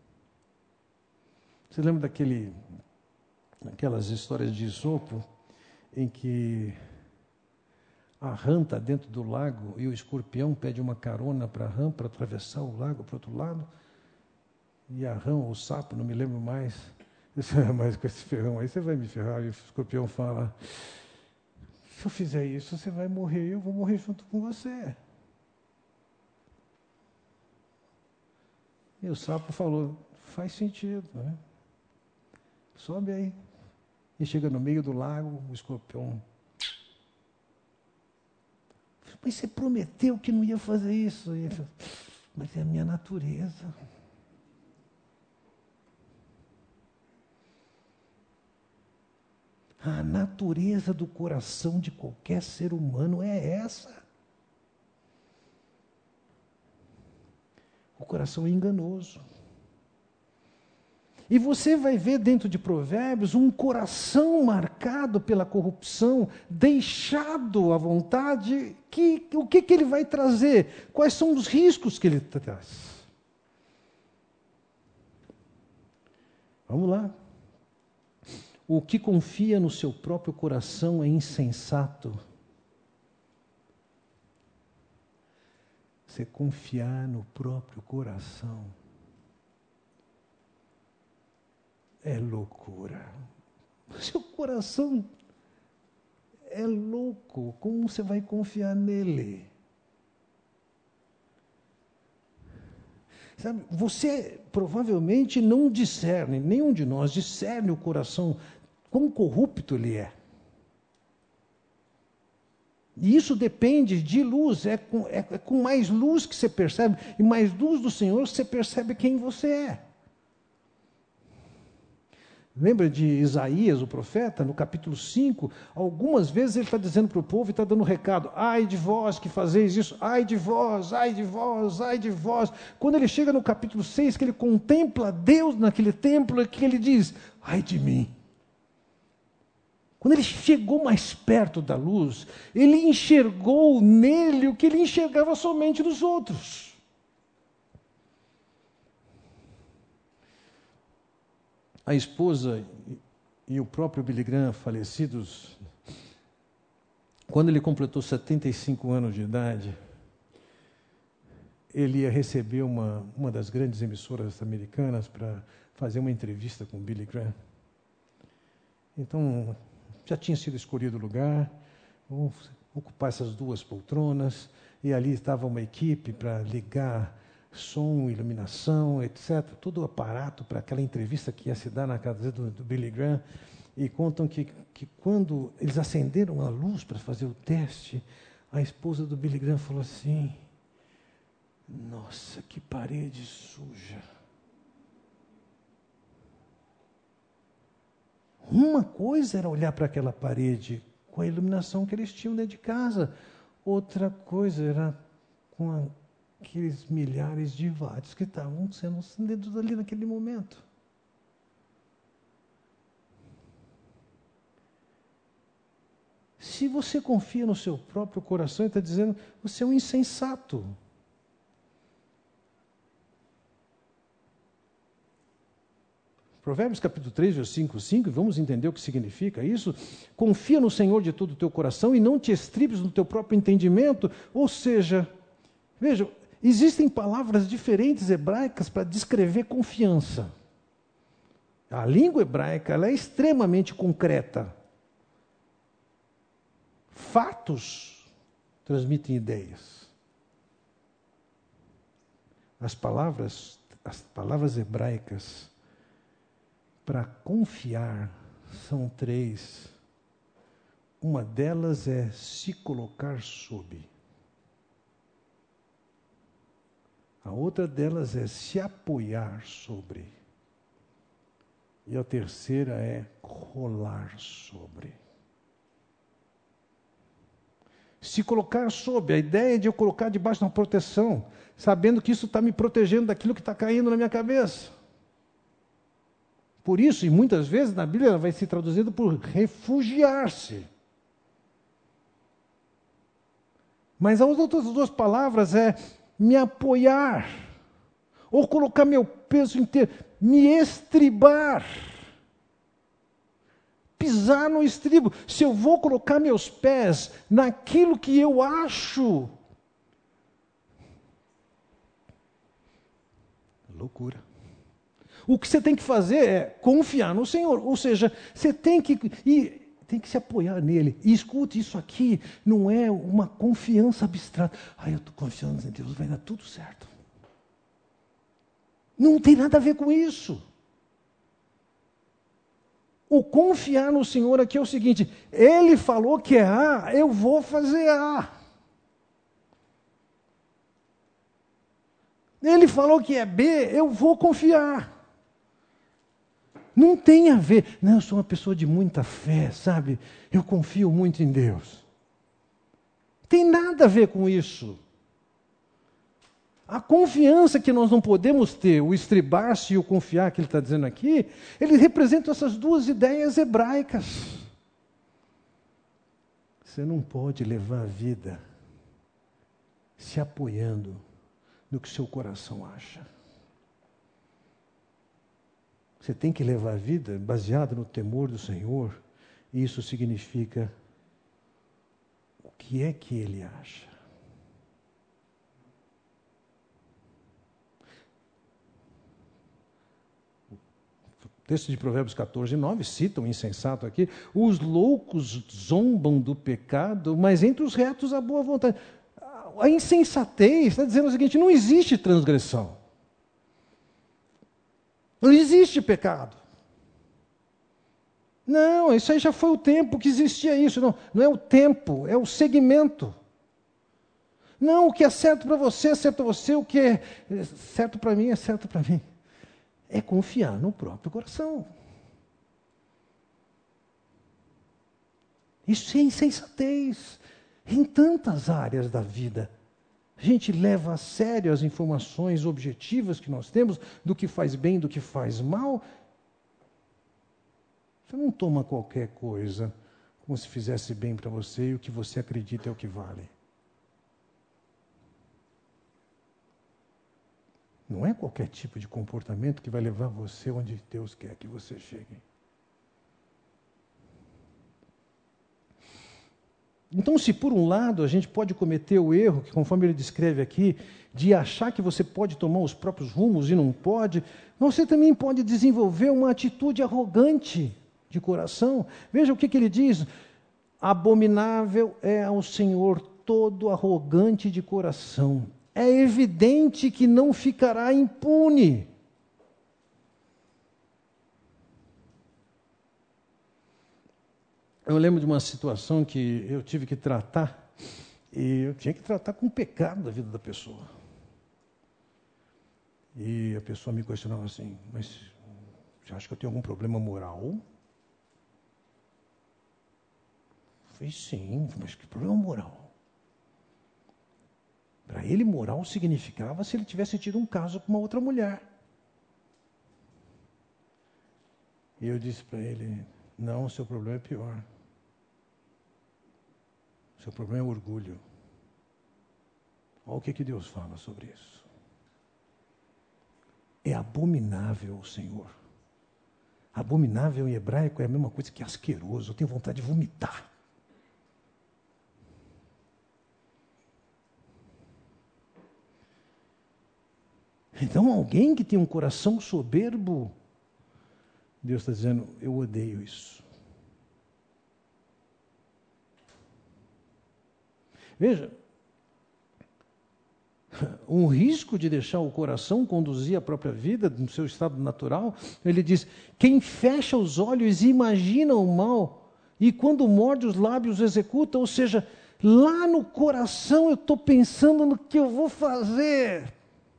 Você lembra daquelas histórias de Esopo, em que a rã está dentro do lago e o escorpião pede uma carona para a rã para atravessar o lago para o outro lado? E a rã ou o sapo, não me lembro mais, isso é mais com esse ferrão aí, você vai me ferrar. E o escorpião fala: se eu fizer isso, você vai morrer e eu vou morrer junto com você. E o sapo falou: faz sentido, né? Sobe aí. E chega no meio do lago, o escorpião: mas você prometeu que não ia fazer isso. E ele falou: mas é a minha natureza. A natureza do coração de qualquer ser humano é essa. O coração é enganoso. E você vai ver dentro de Provérbios um coração marcado pela corrupção, deixado à vontade, o que ele vai trazer? Quais são os riscos que ele traz? Vamos lá. O que confia no seu próprio coração é insensato. Você confiar no próprio coração é loucura. O seu coração é louco. Como você vai confiar nele? Sabe, você provavelmente não discerne, nenhum de nós discerne o coração, quão corrupto ele é. E isso depende de luz, é com mais luz que você percebe, e mais luz do Senhor você percebe quem você é. Lembra de Isaías, o profeta, no capítulo 5, algumas vezes ele está dizendo para o povo e está dando um recado: ai de vós que fazeis isso, ai de vós, ai de vós, ai de vós. Quando ele chega no capítulo 6, que ele contempla Deus naquele templo, é que ele diz: ai de mim. Quando ele chegou mais perto da luz, ele enxergou nele o que ele enxergava somente nos outros. A esposa e o próprio Billy Graham, falecidos, quando ele completou 75 anos de idade, ele ia receber uma das grandes emissoras americanas para fazer uma entrevista com o Billy Graham. Então, já tinha sido escolhido o lugar, vamos ocupar essas duas poltronas, e ali estava uma equipe para ligar som, iluminação, etc. Todo o aparato para aquela entrevista que ia se dar na casa do Billy Graham. E contam que quando eles acenderam a luz para fazer o teste, a esposa do Billy Graham falou assim: nossa, que parede suja. Uma coisa era olhar para aquela parede com a iluminação que eles tinham dentro de casa. Outra coisa era com aqueles milhares de watts que estavam sendo acendidos ali naquele momento. Se você confia no seu próprio coração, ele está dizendo: você é um insensato. Provérbios capítulo 3, versículo 5, vamos entender o que significa isso. Confia no Senhor de todo o teu coração e não te estribes no teu próprio entendimento. Ou seja, veja, existem palavras diferentes hebraicas para descrever confiança. A língua hebraica ela é extremamente concreta. Fatos transmitem ideias. As palavras hebraicas para confiar são três. Uma delas é se colocar sob. A outra delas é se apoiar sobre. E a terceira é rolar sobre. Se colocar sob, a ideia é de eu colocar debaixo de uma proteção, sabendo que isso está me protegendo daquilo que está caindo na minha cabeça. Por isso, e muitas vezes na Bíblia ela vai ser traduzida por refugiar-se. Mas as outras duas palavras é me apoiar, ou colocar meu peso inteiro, me estribar, pisar no estribo. Se eu vou colocar meus pés naquilo que eu acho, loucura. O que você tem que fazer é confiar no Senhor, ou seja, você tem que se apoiar nele. E escute, isso aqui não é uma confiança abstrata. Eu estou confiando em Deus, vai dar tudo certo. Não tem nada a ver com isso. O confiar no Senhor aqui é o seguinte: Ele falou que é A, eu vou fazer A. Ele falou que é B, eu vou confiar. Não tem a ver. Não, eu sou uma pessoa de muita fé, sabe? Eu confio muito em Deus. Tem nada a ver com isso. A confiança que nós não podemos ter, o estribar-se e o confiar que ele está dizendo aqui, ele representa essas duas ideias hebraicas. Você não pode levar a vida se apoiando no que seu coração acha. Você tem que levar a vida baseada no temor do Senhor, e isso significa o que é que Ele acha. O texto de Provérbios 14, 9 cita um insensato aqui: os loucos zombam do pecado, mas entre os retos há boa vontade. A insensatez está dizendo o seguinte: não existe transgressão. Não existe pecado. Não, isso aí já foi o tempo que existia isso. Não, não é o tempo, é o segmento. Não, o que é certo para você é certo para você, o que é certo para mim é certo para mim. É confiar no próprio coração. Isso é insensatez em tantas áreas da vida. A gente leva a sério as informações objetivas que nós temos do que faz bem, do que faz mal. Você não toma qualquer coisa como se fizesse bem para você e o que você acredita é o que vale. Não é qualquer tipo de comportamento que vai levar você onde Deus quer que você chegue. Então, se por um lado a gente pode cometer o erro, que conforme ele descreve aqui, de achar que você pode tomar os próprios rumos e não pode, você também pode desenvolver uma atitude arrogante de coração. Veja o que ele diz: abominável é ao Senhor todo arrogante de coração. É evidente que não ficará impune. Eu lembro de uma situação que eu tive que tratar, e eu tinha que tratar com o pecado da vida da pessoa. E a pessoa me questionava assim: mas você acha que eu tenho algum problema moral? Eu falei: sim, mas que problema moral? Para ele, moral significava se ele tivesse tido um caso com uma outra mulher. E eu disse para ele: não, o seu problema é pior. O seu problema é orgulho. Olha o que Deus fala sobre isso. É abominável o Senhor. Abominável em hebraico é a mesma coisa que asqueroso. Eu tenho vontade de vomitar. Então, alguém que tem um coração soberbo, Deus está dizendo: eu odeio isso. Veja, um risco de deixar o coração conduzir a própria vida no seu estado natural, ele diz: quem fecha os olhos e imagina o mal, e quando morde os lábios executa, ou seja, lá no coração eu estou pensando no que eu vou fazer.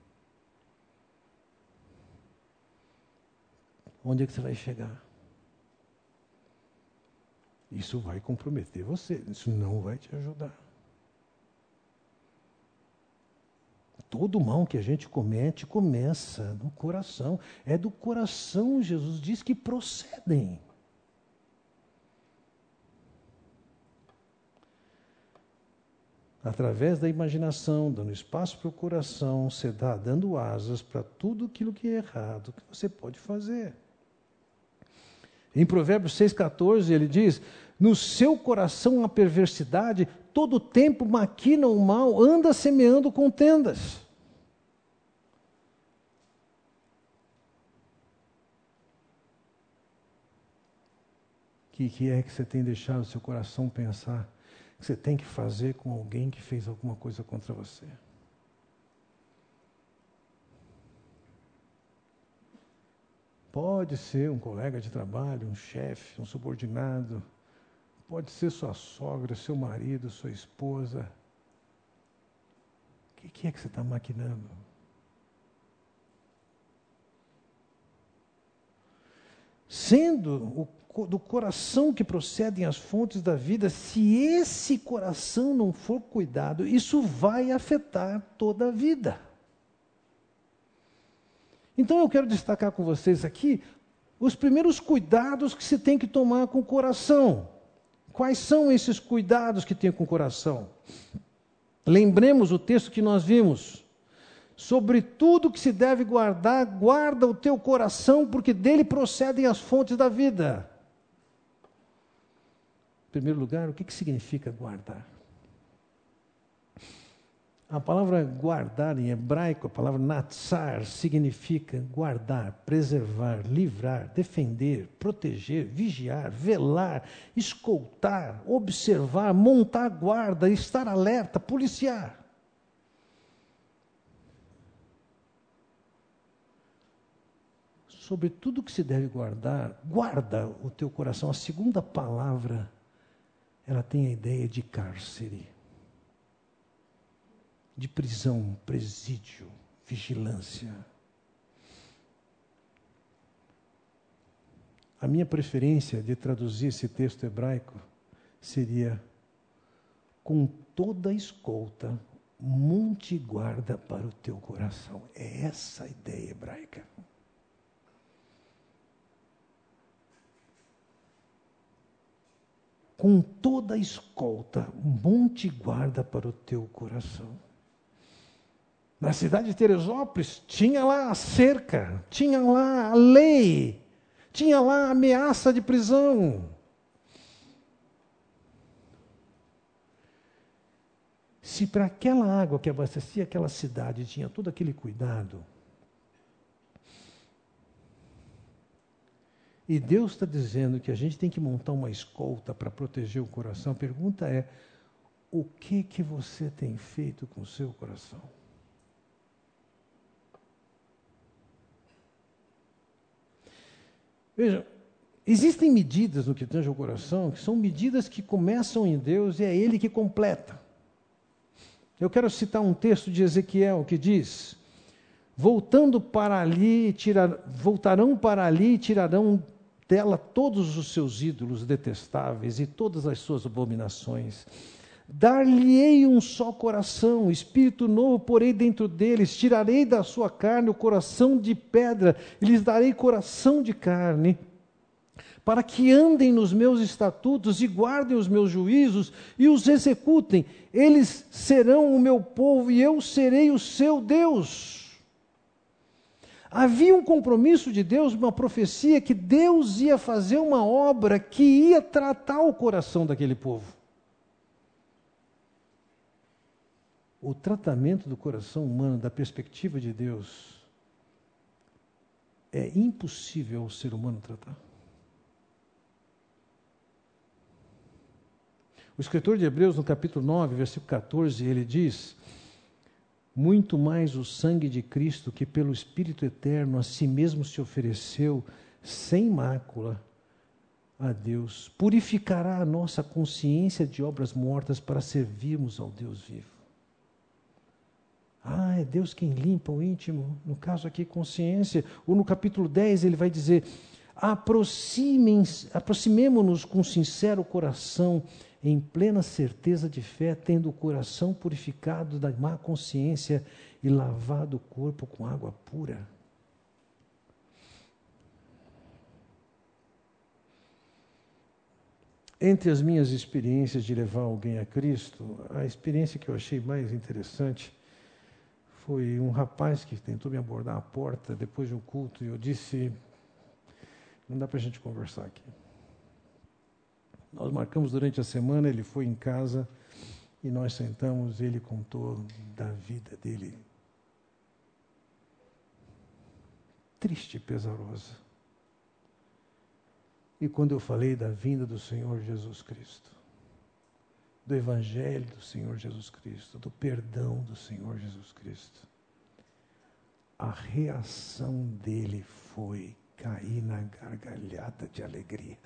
Onde é que você vai chegar? Isso vai comprometer você, isso não vai te ajudar. Todo mal que a gente comete começa no coração. É do coração, Jesus diz, que procedem. Através da imaginação, dando espaço para o coração, você dá dando asas para tudo aquilo que é errado que você pode fazer. Em Provérbios 6,14 ele diz: no seu coração há perversidade, todo tempo maquina o mal, anda semeando contendas. O que é que você tem deixado o seu coração pensar que você tem que fazer com alguém que fez alguma coisa contra você? Pode ser um colega de trabalho, um chefe, um subordinado, pode ser sua sogra, seu marido, sua esposa. O que é que você está maquinando? sendo do coração que procedem as fontes da vida, se esse coração não for cuidado, isso vai afetar toda a vida. Então eu quero destacar com vocês aqui os primeiros cuidados que se tem que tomar com o coração. Quais são esses cuidados que tem com o coração? Lembremos o texto que nós vimos. Sobre tudo que se deve guardar, guarda o teu coração, porque dele procedem as fontes da vida. Em primeiro lugar, o que significa guardar? A palavra guardar em hebraico, a palavra natsar, significa guardar, preservar, livrar, defender, proteger, vigiar, velar, escoltar, observar, montar guarda, estar alerta, policiar. Sobre tudo que se deve guardar, guarda o teu coração. A segunda palavra, ela tem a ideia de cárcere, de prisão, presídio, vigilância. A minha preferência de traduzir esse texto hebraico seria: com toda escolta, monte guarda para o teu coração. É essa a ideia hebraica. Com toda a escolta, monte guarda para o teu coração. Na cidade de Teresópolis, tinha lá a cerca, tinha lá a lei, tinha lá a ameaça de prisão. Se para aquela água que abastecia aquela cidade tinha todo aquele cuidado, e Deus está dizendo que a gente tem que montar uma escolta para proteger o coração, a pergunta é: o que você tem feito com o seu coração? Veja, existem medidas no que tange ao coração, que são medidas que começam em Deus e é Ele que completa. Eu quero citar um texto de Ezequiel que diz: voltarão para ali e tirarão dela todos os seus ídolos detestáveis e todas as suas abominações. Dar-lhe-ei um só coração, espírito novo porei dentro deles, tirarei da sua carne o coração de pedra, e lhes darei coração de carne, para que andem nos meus estatutos e guardem os meus juízos e os executem. Eles serão o meu povo e eu serei o seu Deus. Havia um compromisso de Deus, uma profecia, que Deus ia fazer uma obra que ia tratar o coração daquele povo. O tratamento do coração humano, da perspectiva de Deus, é impossível ao ser humano tratar. O escritor de Hebreus, no capítulo 9, versículo 14, ele diz: muito mais o sangue de Cristo, que pelo Espírito eterno a si mesmo se ofereceu sem mácula a Deus, purificará a nossa consciência de obras mortas para servirmos ao Deus vivo. É Deus quem limpa o íntimo, no caso aqui consciência. Ou no capítulo 10 ele vai dizer: aproximemo-nos com sincero coração, em plena certeza de fé, tendo o coração purificado da má consciência e lavado o corpo com água pura. Entre as minhas experiências de levar alguém a Cristo, a experiência que eu achei mais interessante foi um rapaz que tentou me abordar à porta depois de um culto, e eu disse: não dá para a gente conversar aqui. Nós marcamos durante a semana, ele foi em casa e nós sentamos, ele contou da vida dele. Triste e pesarosa. E quando eu falei da vinda do Senhor Jesus Cristo, do Evangelho do Senhor Jesus Cristo, do perdão do Senhor Jesus Cristo, a reação dele foi cair na gargalhada de alegria.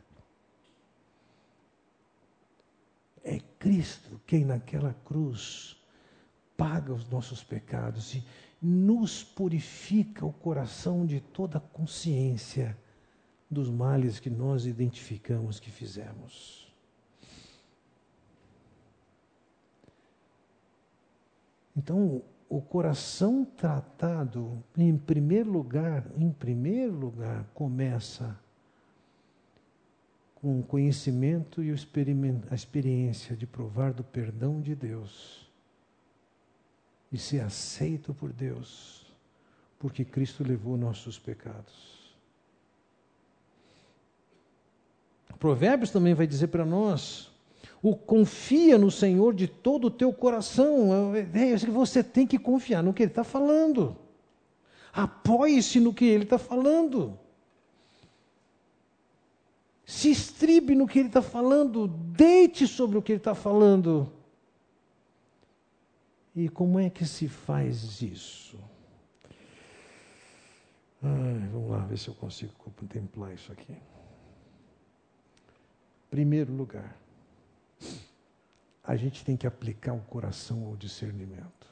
É Cristo quem naquela cruz paga os nossos pecados e nos purifica o coração de toda consciência dos males que nós identificamos que fizemos. Então, o coração tratado, em primeiro lugar, começa com o conhecimento e a experiência de provar do perdão de Deus e ser aceito por Deus, porque Cristo levou nossos pecados. Provérbios também vai dizer para nós, confia no Senhor de todo o teu coração. Você tem que confiar no que Ele está falando. Apoie-se no que Ele está falando. Se estribe no que Ele está falando. Deite sobre o que Ele está falando. E como é que se faz isso? Vamos lá, ver se eu consigo contemplar isso aqui. Primeiro lugar, a gente tem que aplicar o coração ao discernimento.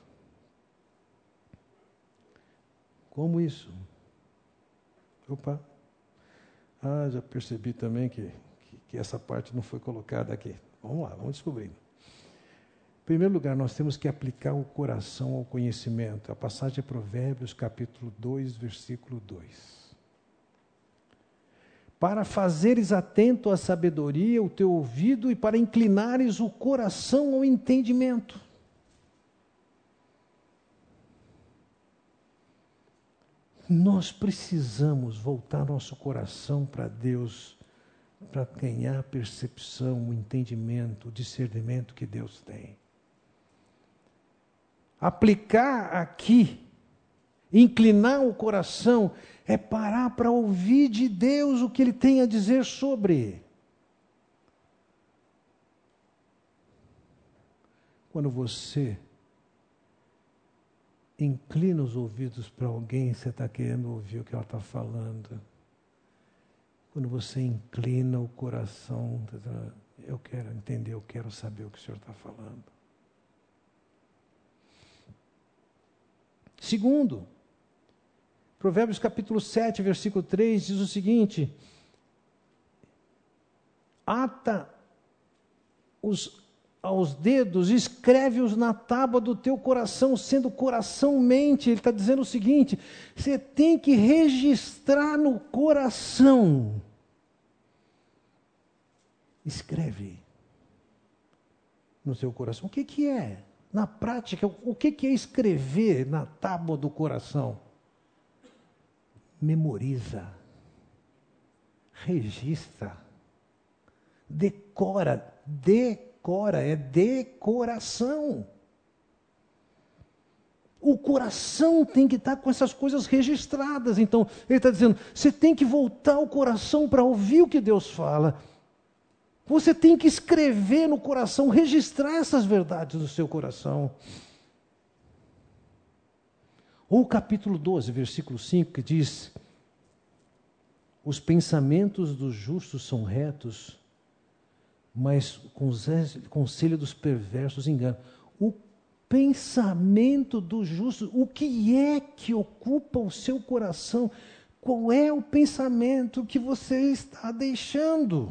Como isso? Já percebi também que essa parte não foi colocada aqui. Vamos lá, vamos descobrir. Em primeiro lugar, nós temos que aplicar o coração ao conhecimento. A passagem é Provérbios, capítulo 2, versículo 2. Para fazeres atento à sabedoria o teu ouvido e para inclinares o coração ao entendimento. Nós precisamos voltar nosso coração para Deus, para ganhar a percepção, o entendimento, o discernimento que Deus tem. Aplicar aqui, inclinar o coração, é parar para ouvir de Deus o que Ele tem a dizer sobre. Quando você inclina os ouvidos para alguém, você está querendo ouvir o que ela está falando. Quando você inclina o coração, eu quero entender, eu quero saber o que o Senhor está falando. Segundo, Provérbios capítulo 7, versículo 3, diz o seguinte: ata aos dedos, escreve-os na tábua do teu coração, sendo coração mente. Ele está dizendo o seguinte: você tem que registrar no coração. Escreve no seu coração. O que é? Na prática, o que é escrever na tábua do coração? Memoriza, registra, decora, é decoração. O coração tem que estar com essas coisas registradas. Então, ele está dizendo, você tem que voltar o coração para ouvir o que Deus fala. Você tem que escrever no coração, registrar essas verdades no seu coração. Ou o capítulo 12, versículo 5, que diz: os pensamentos dos justos são retos, mas o conselho dos perversos engana. O pensamento do justo, o que é que ocupa o seu coração? Qual é o pensamento que você está deixando?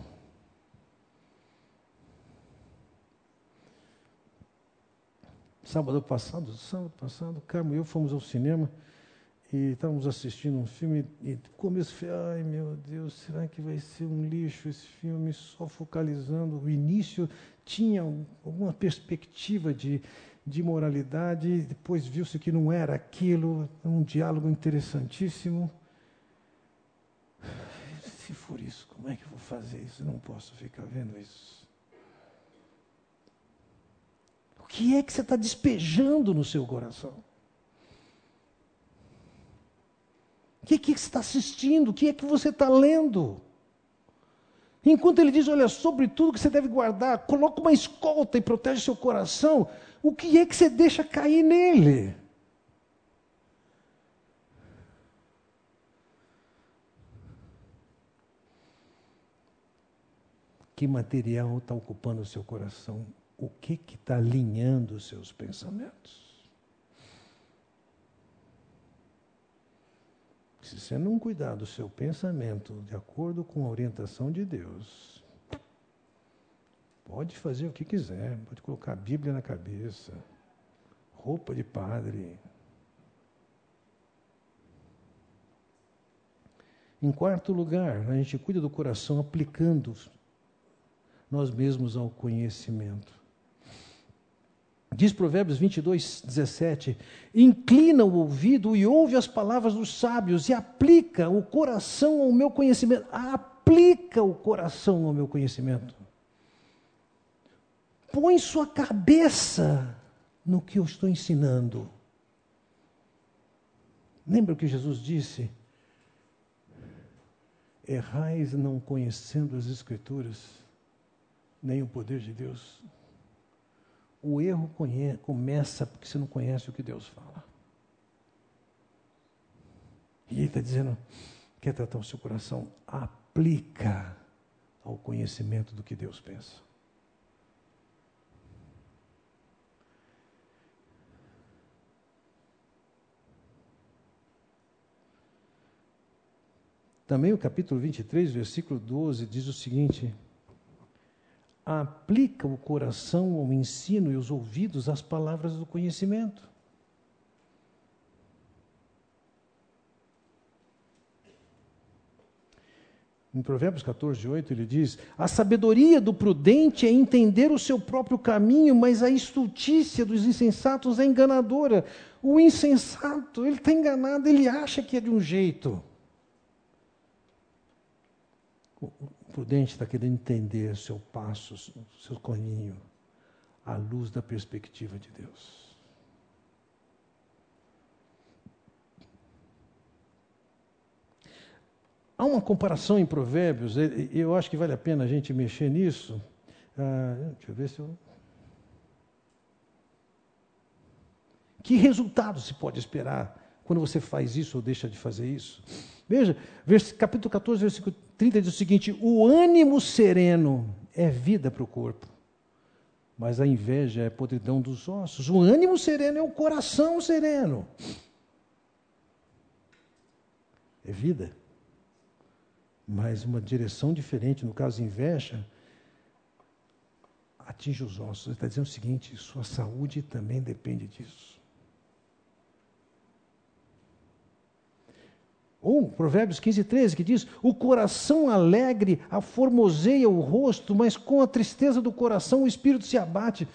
Sábado passado, Carmo e eu fomos ao cinema e estávamos assistindo um filme e no começo eu falei, ai meu Deus, será que vai ser um lixo esse filme? Só focalizando, o início tinha alguma perspectiva de moralidade, depois viu-se que não era aquilo, um diálogo interessantíssimo. Se for isso, como é que eu vou fazer isso? Eu não posso ficar vendo isso. O que é que você está despejando no seu coração? O que é que você está assistindo? O que é que você está lendo? Enquanto ele diz, olha, sobre tudo que você deve guardar, coloca uma escolta e protege seu coração, o que é que você deixa cair nele? Que material está ocupando o seu coração? O que está alinhando os seus pensamentos? Se você não cuidar do seu pensamento de acordo com a orientação de Deus, pode fazer o que quiser, pode colocar a Bíblia na cabeça, roupa de padre. Em quarto lugar, a gente cuida do coração aplicando nós mesmos ao conhecimento. Diz Provérbios 22, 17, inclina o ouvido e ouve as palavras dos sábios e aplica o coração ao meu conhecimento. Aplica o coração ao meu conhecimento. Põe sua cabeça no que eu estou ensinando. Lembra o que Jesus disse? Errais não conhecendo as Escrituras, nem o poder de Deus. O erro começa porque você não conhece o que Deus fala. E Ele está dizendo, quer tratar o seu coração? Aplica ao conhecimento do que Deus pensa. Também o capítulo 23, versículo 12, diz o seguinte: aplica o coração ao ensino e os ouvidos às palavras do conhecimento. Em Provérbios 14, 8, ele diz: a sabedoria do prudente é entender o seu próprio caminho, mas a estultícia dos insensatos é enganadora. O insensato, ele está enganado, ele acha que é de um jeito. O prudente está querendo entender o seu passo, o seu caminho, à luz da perspectiva de Deus. Há uma comparação em Provérbios, eu acho que vale a pena a gente mexer nisso. Deixa eu ver se eu... Que resultado se pode esperar quando você faz isso ou deixa de fazer isso? Veja, capítulo 14, versículo 30 diz o seguinte: o ânimo sereno é vida para o corpo, mas a inveja é podridão dos ossos. O ânimo sereno é o coração sereno. É vida. Mas uma direção diferente, no caso inveja, atinge os ossos. Ele está dizendo o seguinte: sua saúde também depende disso. Ou Provérbios 15, 13, que diz: o coração alegre aformoseia o rosto, mas com a tristeza do coração o espírito se abate.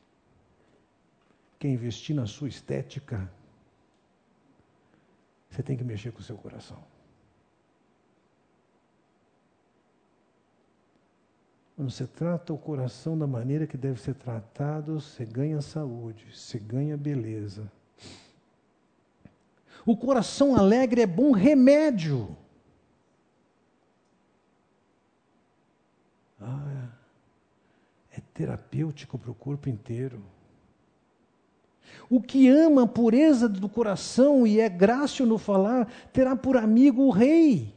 Quer investir na sua estética, você tem que mexer com o seu coração. Quando você trata o coração da maneira que deve ser tratado, você ganha saúde, você ganha beleza. O coração alegre é bom remédio. É terapêutico para o corpo inteiro. O que ama a pureza do coração e é grácil no falar, terá por amigo o rei.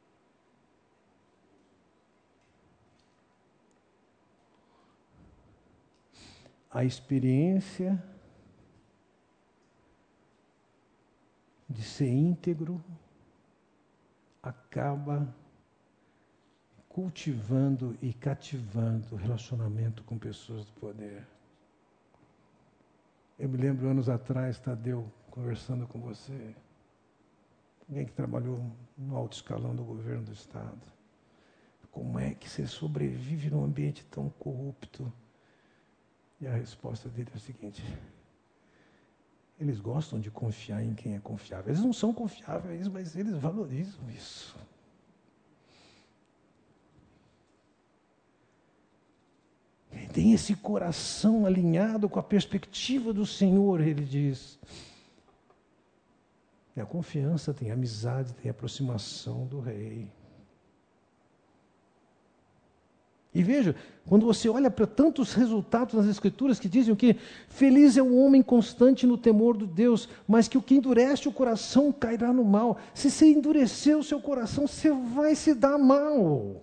A experiência de ser íntegro acaba cultivando e cativando o relacionamento com pessoas do poder. Eu me lembro anos atrás, Tadeu, conversando com você, alguém que trabalhou no alto escalão do governo do Estado. Como é que você sobrevive num ambiente tão corrupto? E a resposta dele é a seguinte: eles gostam de confiar em quem é confiável. Eles não são confiáveis, mas eles valorizam isso. Tem esse coração alinhado com a perspectiva do Senhor, ele diz. Tem a confiança, tem a amizade, tem a aproximação do rei. E veja, quando você olha para tantos resultados nas Escrituras que dizem que feliz é o homem constante no temor de Deus, mas que o que endurece o coração cairá no mal. Se você endurecer o seu coração, você vai se dar mal.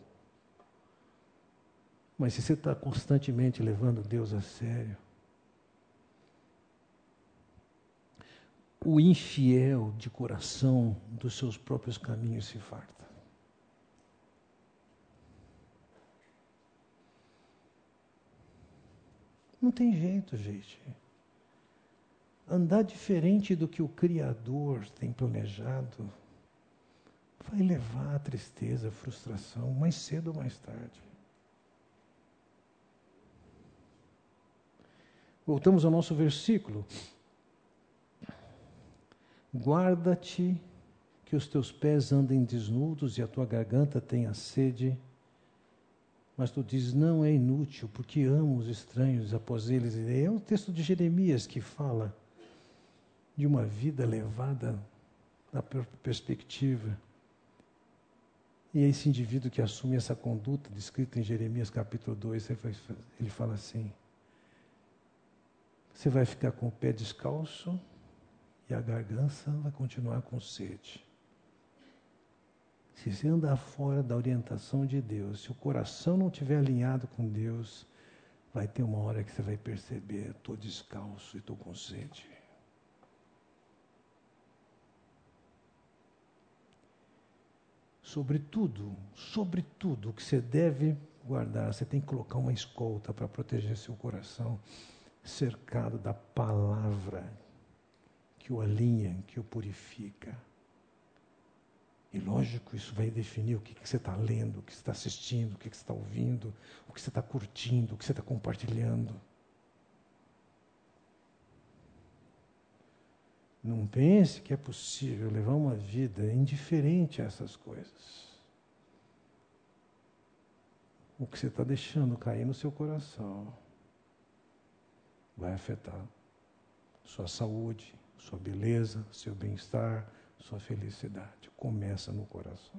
Mas se você está constantemente levando Deus a sério, o infiel de coração dos seus próprios caminhos se farta. Não tem jeito, gente. Andar diferente do que o Criador tem planejado vai levar à tristeza, à frustração, mais cedo ou mais tarde. Voltamos ao nosso versículo. Guarda-te que os teus pés andem desnudos e a tua garganta tenha sede. Mas tu dizes, não, é inútil, porque amo os estranhos, após eles irei. É um texto de Jeremias que fala de uma vida levada na perspectiva. E esse indivíduo que assume essa conduta, descrita em Jeremias capítulo 2, ele fala assim, você vai ficar com o pé descalço e a garganta vai continuar com sede. Se você andar fora da orientação de Deus, se o coração não estiver alinhado com Deus, vai ter uma hora que você vai perceber, estou descalço e estou com sede. Sobretudo o que você deve guardar, você tem que colocar uma escolta para proteger seu coração, cercado da palavra que o alinha, que o purifica. E lógico, isso vai definir o que você está lendo, o que você está assistindo, o que você está ouvindo, o que você está curtindo, o que você está compartilhando. Não pense que é possível levar uma vida indiferente a essas coisas. O que você está deixando cair no seu coração vai afetar sua saúde, sua beleza, seu bem-estar, sua felicidade. Começa no coração.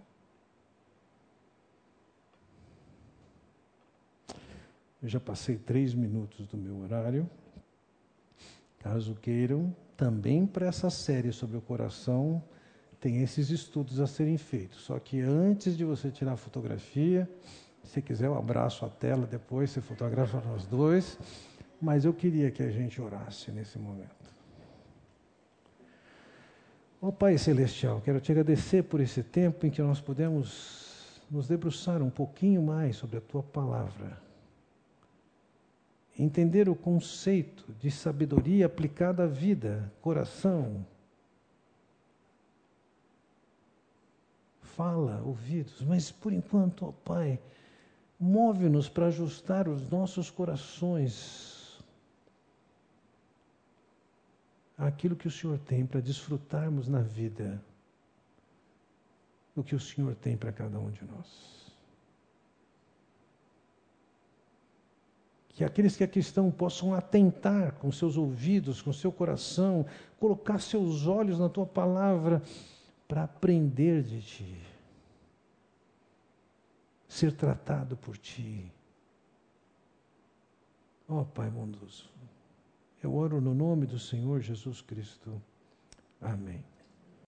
Eu já passei 3 minutos do meu horário. Caso queiram, também para essa série sobre o coração, tem esses estudos a serem feitos. Só que antes de você tirar a fotografia, se quiser eu abraço a tela depois, você fotografa nós dois, mas eu queria que a gente orasse nesse momento. Ó Pai Celestial, quero te agradecer por esse tempo em que nós pudemos nos debruçar um pouquinho mais sobre a Tua Palavra. Entender o conceito de sabedoria aplicada à vida, coração, fala, ouvidos, mas por enquanto, ó Pai, move-nos para ajustar os nossos corações àquilo que o Senhor tem para desfrutarmos na vida, o que o Senhor tem para cada um de nós. Que aqueles que aqui estão possam atentar com seus ouvidos, com seu coração, colocar seus olhos na Tua Palavra para aprender de Ti, ser tratado por Ti. Ó Pai bondoso, eu oro no nome do Senhor Jesus Cristo. Amém.